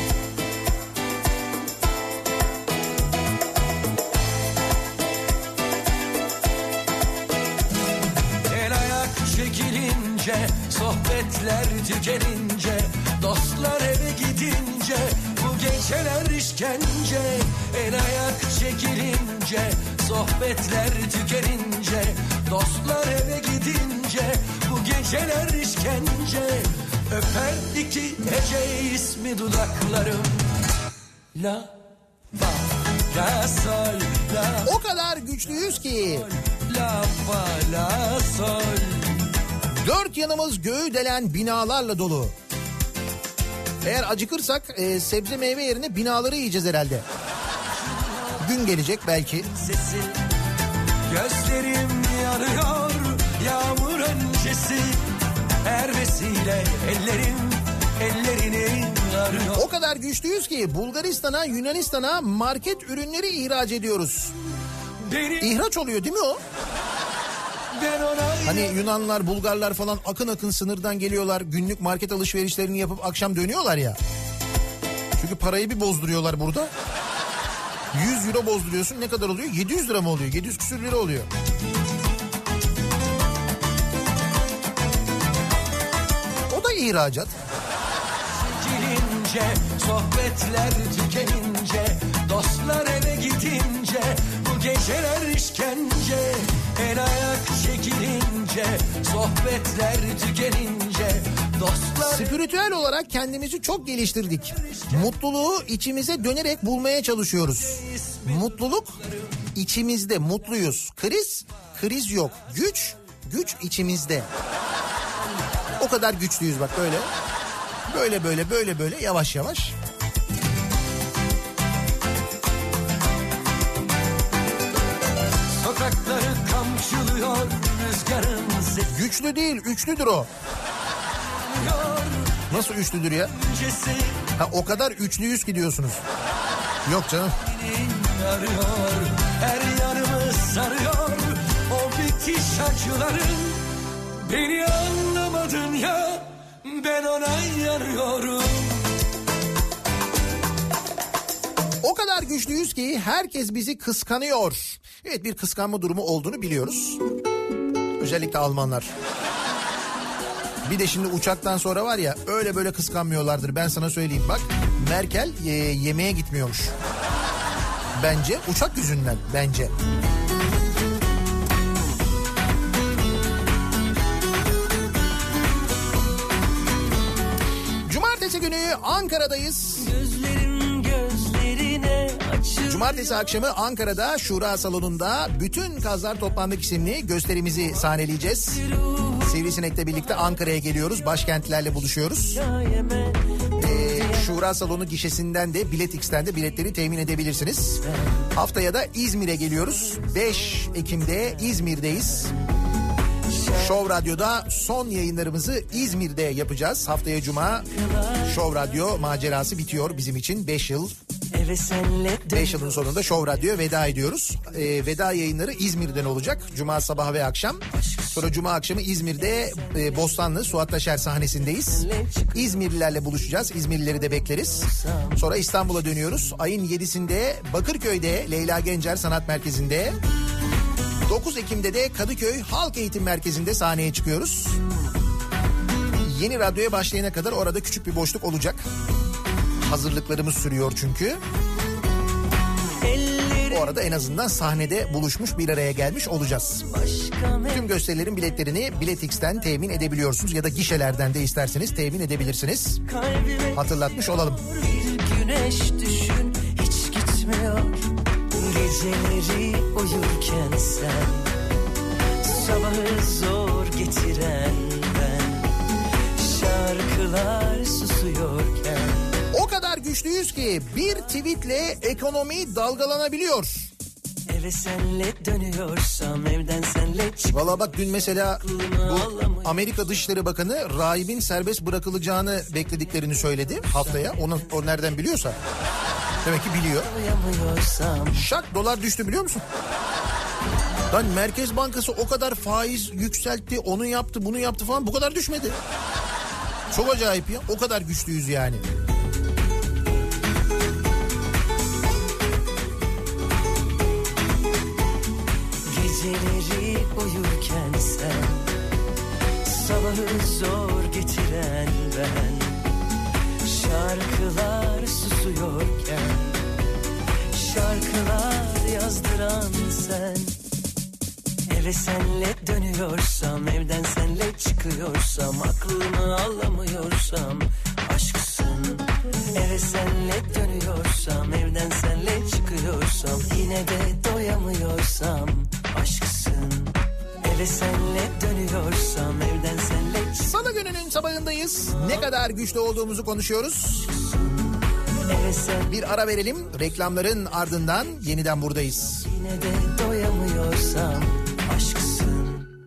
El ayak çekilince, sohbetler tükenince, dostlar eve gidince, bu geceler işkence. El ayak çekilince, sohbetler tükenince, dostlar eve gidince, bu geceler işkence. Öper iki hece ismi dudaklarım. La, fa, la, sol, la. O kadar güçlüyüz ki. La, fa, la, sol. Dört yanımız göğü delen binalarla dolu. Eğer acıkırsak sebze meyve yerine binaları yiyeceğiz herhalde. Gün gelecek belki. Sesi, gözlerim yanıyor, yağmur öncesi. Her vesile ellerini arıyor. O kadar güçlüyüz ki Bulgaristan'a, Yunanistan'a market ürünleri ihraç ediyoruz. İhraç oluyor değil mi o? Hani Yunanlar, Bulgarlar falan akın akın sınırdan geliyorlar. Günlük market alışverişlerini yapıp akşam dönüyorlar ya. Çünkü parayı bir bozduruyorlar burada. 100 euro bozduruyorsun, ne kadar oluyor? 700 lira mı oluyor? 700 küsür lira oluyor. O da ihracat. Gelince, sohbetler tükenince, dostlar eve gidince, bu geceler işkence. El ayak çekilince, sohbetler tükenince, dostlar... Spiritüel olarak kendimizi çok geliştirdik. Mutluluğu içimize dönerek bulmaya çalışıyoruz. Mutluluk içimizde, mutluyuz. Kriz yok. Güç içimizde. O kadar güçlüyüz bak böyle. Böyle yavaş yavaş. Sokakları kamçılıyor rüzgarın sesi. Güçlü değil, üçlüdür o. Nasıl üçlüdür ya? Ha, o kadar üçlüyüz ki diyorsunuz. Yok canım. Arıyor, her yanımı sarıyor o bitiş acıların. Beni anlamadın ya, ben ona yanıyorum. O kadar güçlüyüz ki herkes bizi kıskanıyor. Evet, bir kıskanma durumu olduğunu biliyoruz. Özellikle Almanlar. Bir de şimdi uçaktan sonra var ya, öyle böyle kıskanmıyorlardır, ben sana söyleyeyim. Bak, Merkel yemeğe gitmiyormuş. Bence uçak yüzünden, bence. Cumartesi günü Ankara'dayız. Cumartesi akşamı Ankara'da Şura Salonu'nda Bütün Kazlar Toplandık isimli gösterimizi sahneleyeceğiz. Sivrisinek'le birlikte Ankara'ya geliyoruz. Başkentlerle buluşuyoruz. Şura Salonu gişesinden de Biletix'ten de biletleri temin edebilirsiniz. Haftaya da İzmir'e geliyoruz. 5 Ekim'de İzmir'deyiz. Show Radyo'da son yayınlarımızı İzmir'de yapacağız. Haftaya Cuma Show Radyo macerası bitiyor bizim için. 5 yıl. 5 yılın sonunda Show Radyo'ya veda ediyoruz. Veda yayınları İzmir'den olacak. Cuma sabahı ve akşam. Sonra Cuma akşamı İzmir'de Bostanlı Suat Taşer sahnesindeyiz. İzmirlilerle buluşacağız. İzmirlileri de bekleriz. Sonra İstanbul'a dönüyoruz. Ayın 7'sinde Bakırköy'de Leyla Gencer Sanat Merkezi'nde. 9 Ekim'de de Kadıköy Halk Eğitim Merkezi'nde sahneye çıkıyoruz. Yeni radyoya başlayana kadar orada küçük bir boşluk olacak. Hazırlıklarımız sürüyor çünkü. Bu arada en azından sahnede buluşmuş, bir araya gelmiş olacağız. Tüm gösterilerin biletlerini Biletix'ten temin edebiliyorsunuz ya da gişelerden de isterseniz temin edebilirsiniz. Hatırlatmış olalım. Bir güneş düşün hiç gitmiyor. Geceleri uyurken sen, sabahı zor getiren ben, şarkılar susuyorken. O kadar güçlüyüz ki bir tweetle ekonomi dalgalanabiliyor. Eve senle dönüyorsam evden senle çık. Valla bak, dün mesela bu Amerika Dışişleri Bakanı rahibin serbest bırakılacağını beklediklerini söyledi haftaya. O nereden biliyorsa demek ki biliyor. Şak, dolar düştü biliyor musun? Lan Merkez Bankası o kadar faiz yükseltti, onu yaptı, bunu yaptı falan, bu kadar düşmedi. Çok acayip ya, o kadar güçlüyüz yani. Geceleri uyurken sen, sabahı zor getiren ben, şarkılar susuyorken, şarkılar yazdıran sen. Eve senle dönüyorsam, evden senle çıkıyorsam, aklımı alamıyorsam aşksın. Eve senle dönüyorsam, evden senle çıkıyorsam, yine de doyamıyorsam aşksın. Eve senle dönüyorsam, evden senle Salı gününün sabahındayız. Ne kadar güçlü olduğumuzu konuşuyoruz. Bir ara verelim. Reklamların ardından yeniden buradayız. yine de doyamıyorsam aşksın.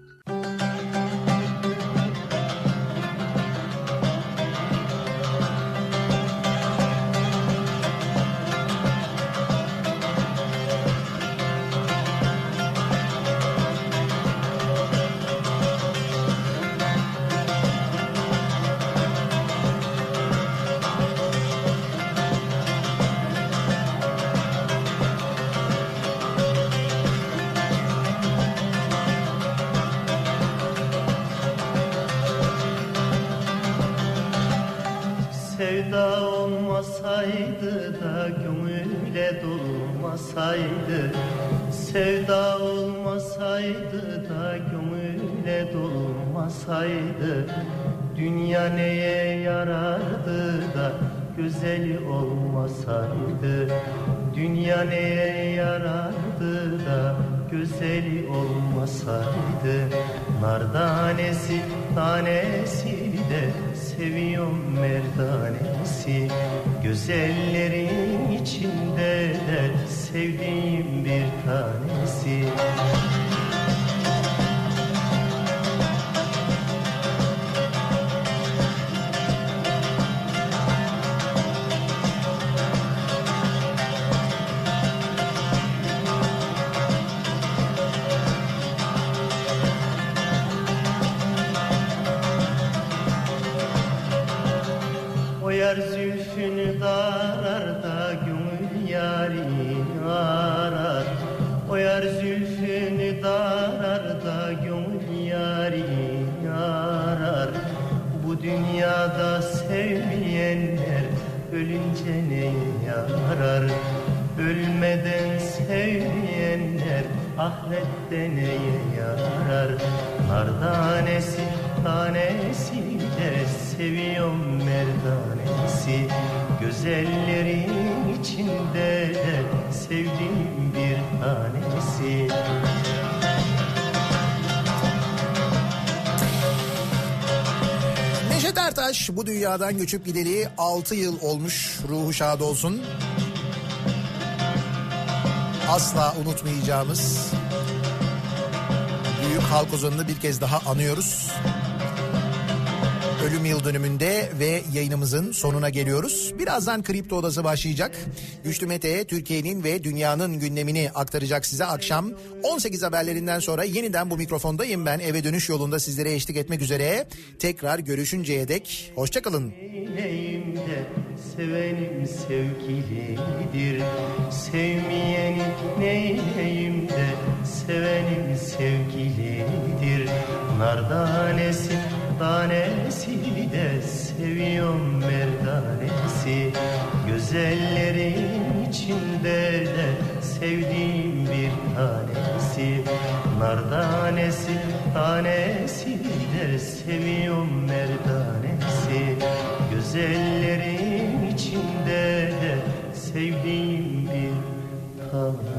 Sevda olmasaydı da gönüle dolmasaydı, sevda olmasaydı da gönüle dolmasaydı, dünya neye yarardı da güzeli olmasaydı, dünya neye yarardı da güzeli olmasaydı, nar tanesi tanesi de seviyorum merdanesi, güzellerin içinde de sevdiğim bir tanesi. Oyar zülfünü darar da gönül yarini arar. Oyar zülfünü darar da gönül yarini arar. Bu dünyada sevmeyenler ölünce neye yarar? Ölmeden sevmeyenler ahirette neye yarar? Nar tanesi tanesi de seviyorum merdanesi, güzellerin içinde de sevdiğim bir tanesi. Neşet Ertaş bu dünyadan göçüp gideli 6 yıl olmuş, ruhu şad olsun. Asla unutmayacağımız büyük halk ozanını bir kez daha anıyoruz. Ölüm yıl dönümünde ve yayınımızın sonuna geliyoruz. Birazdan Kripto Odası başlayacak. Güçlü Mete Türkiye'nin ve dünyanın gündemini aktaracak size. Akşam 18 haberlerinden sonra yeniden bu mikrofondayım ben. Eve dönüş yolunda sizlere eşlik etmek üzere. Tekrar görüşünceye dek hoşçakalın. Sevenim sevgilidir, sevmeyeni neyleyim de sevenim sevgilidir. Nar tanesi tanesi de seviyorum merdanesi, güzellerin içinde de sevdiğim bir tanesi. Nar tanesi tanesi de seviyorum merdanesi, güzellerin içinde de sevdiğim bir tanesi.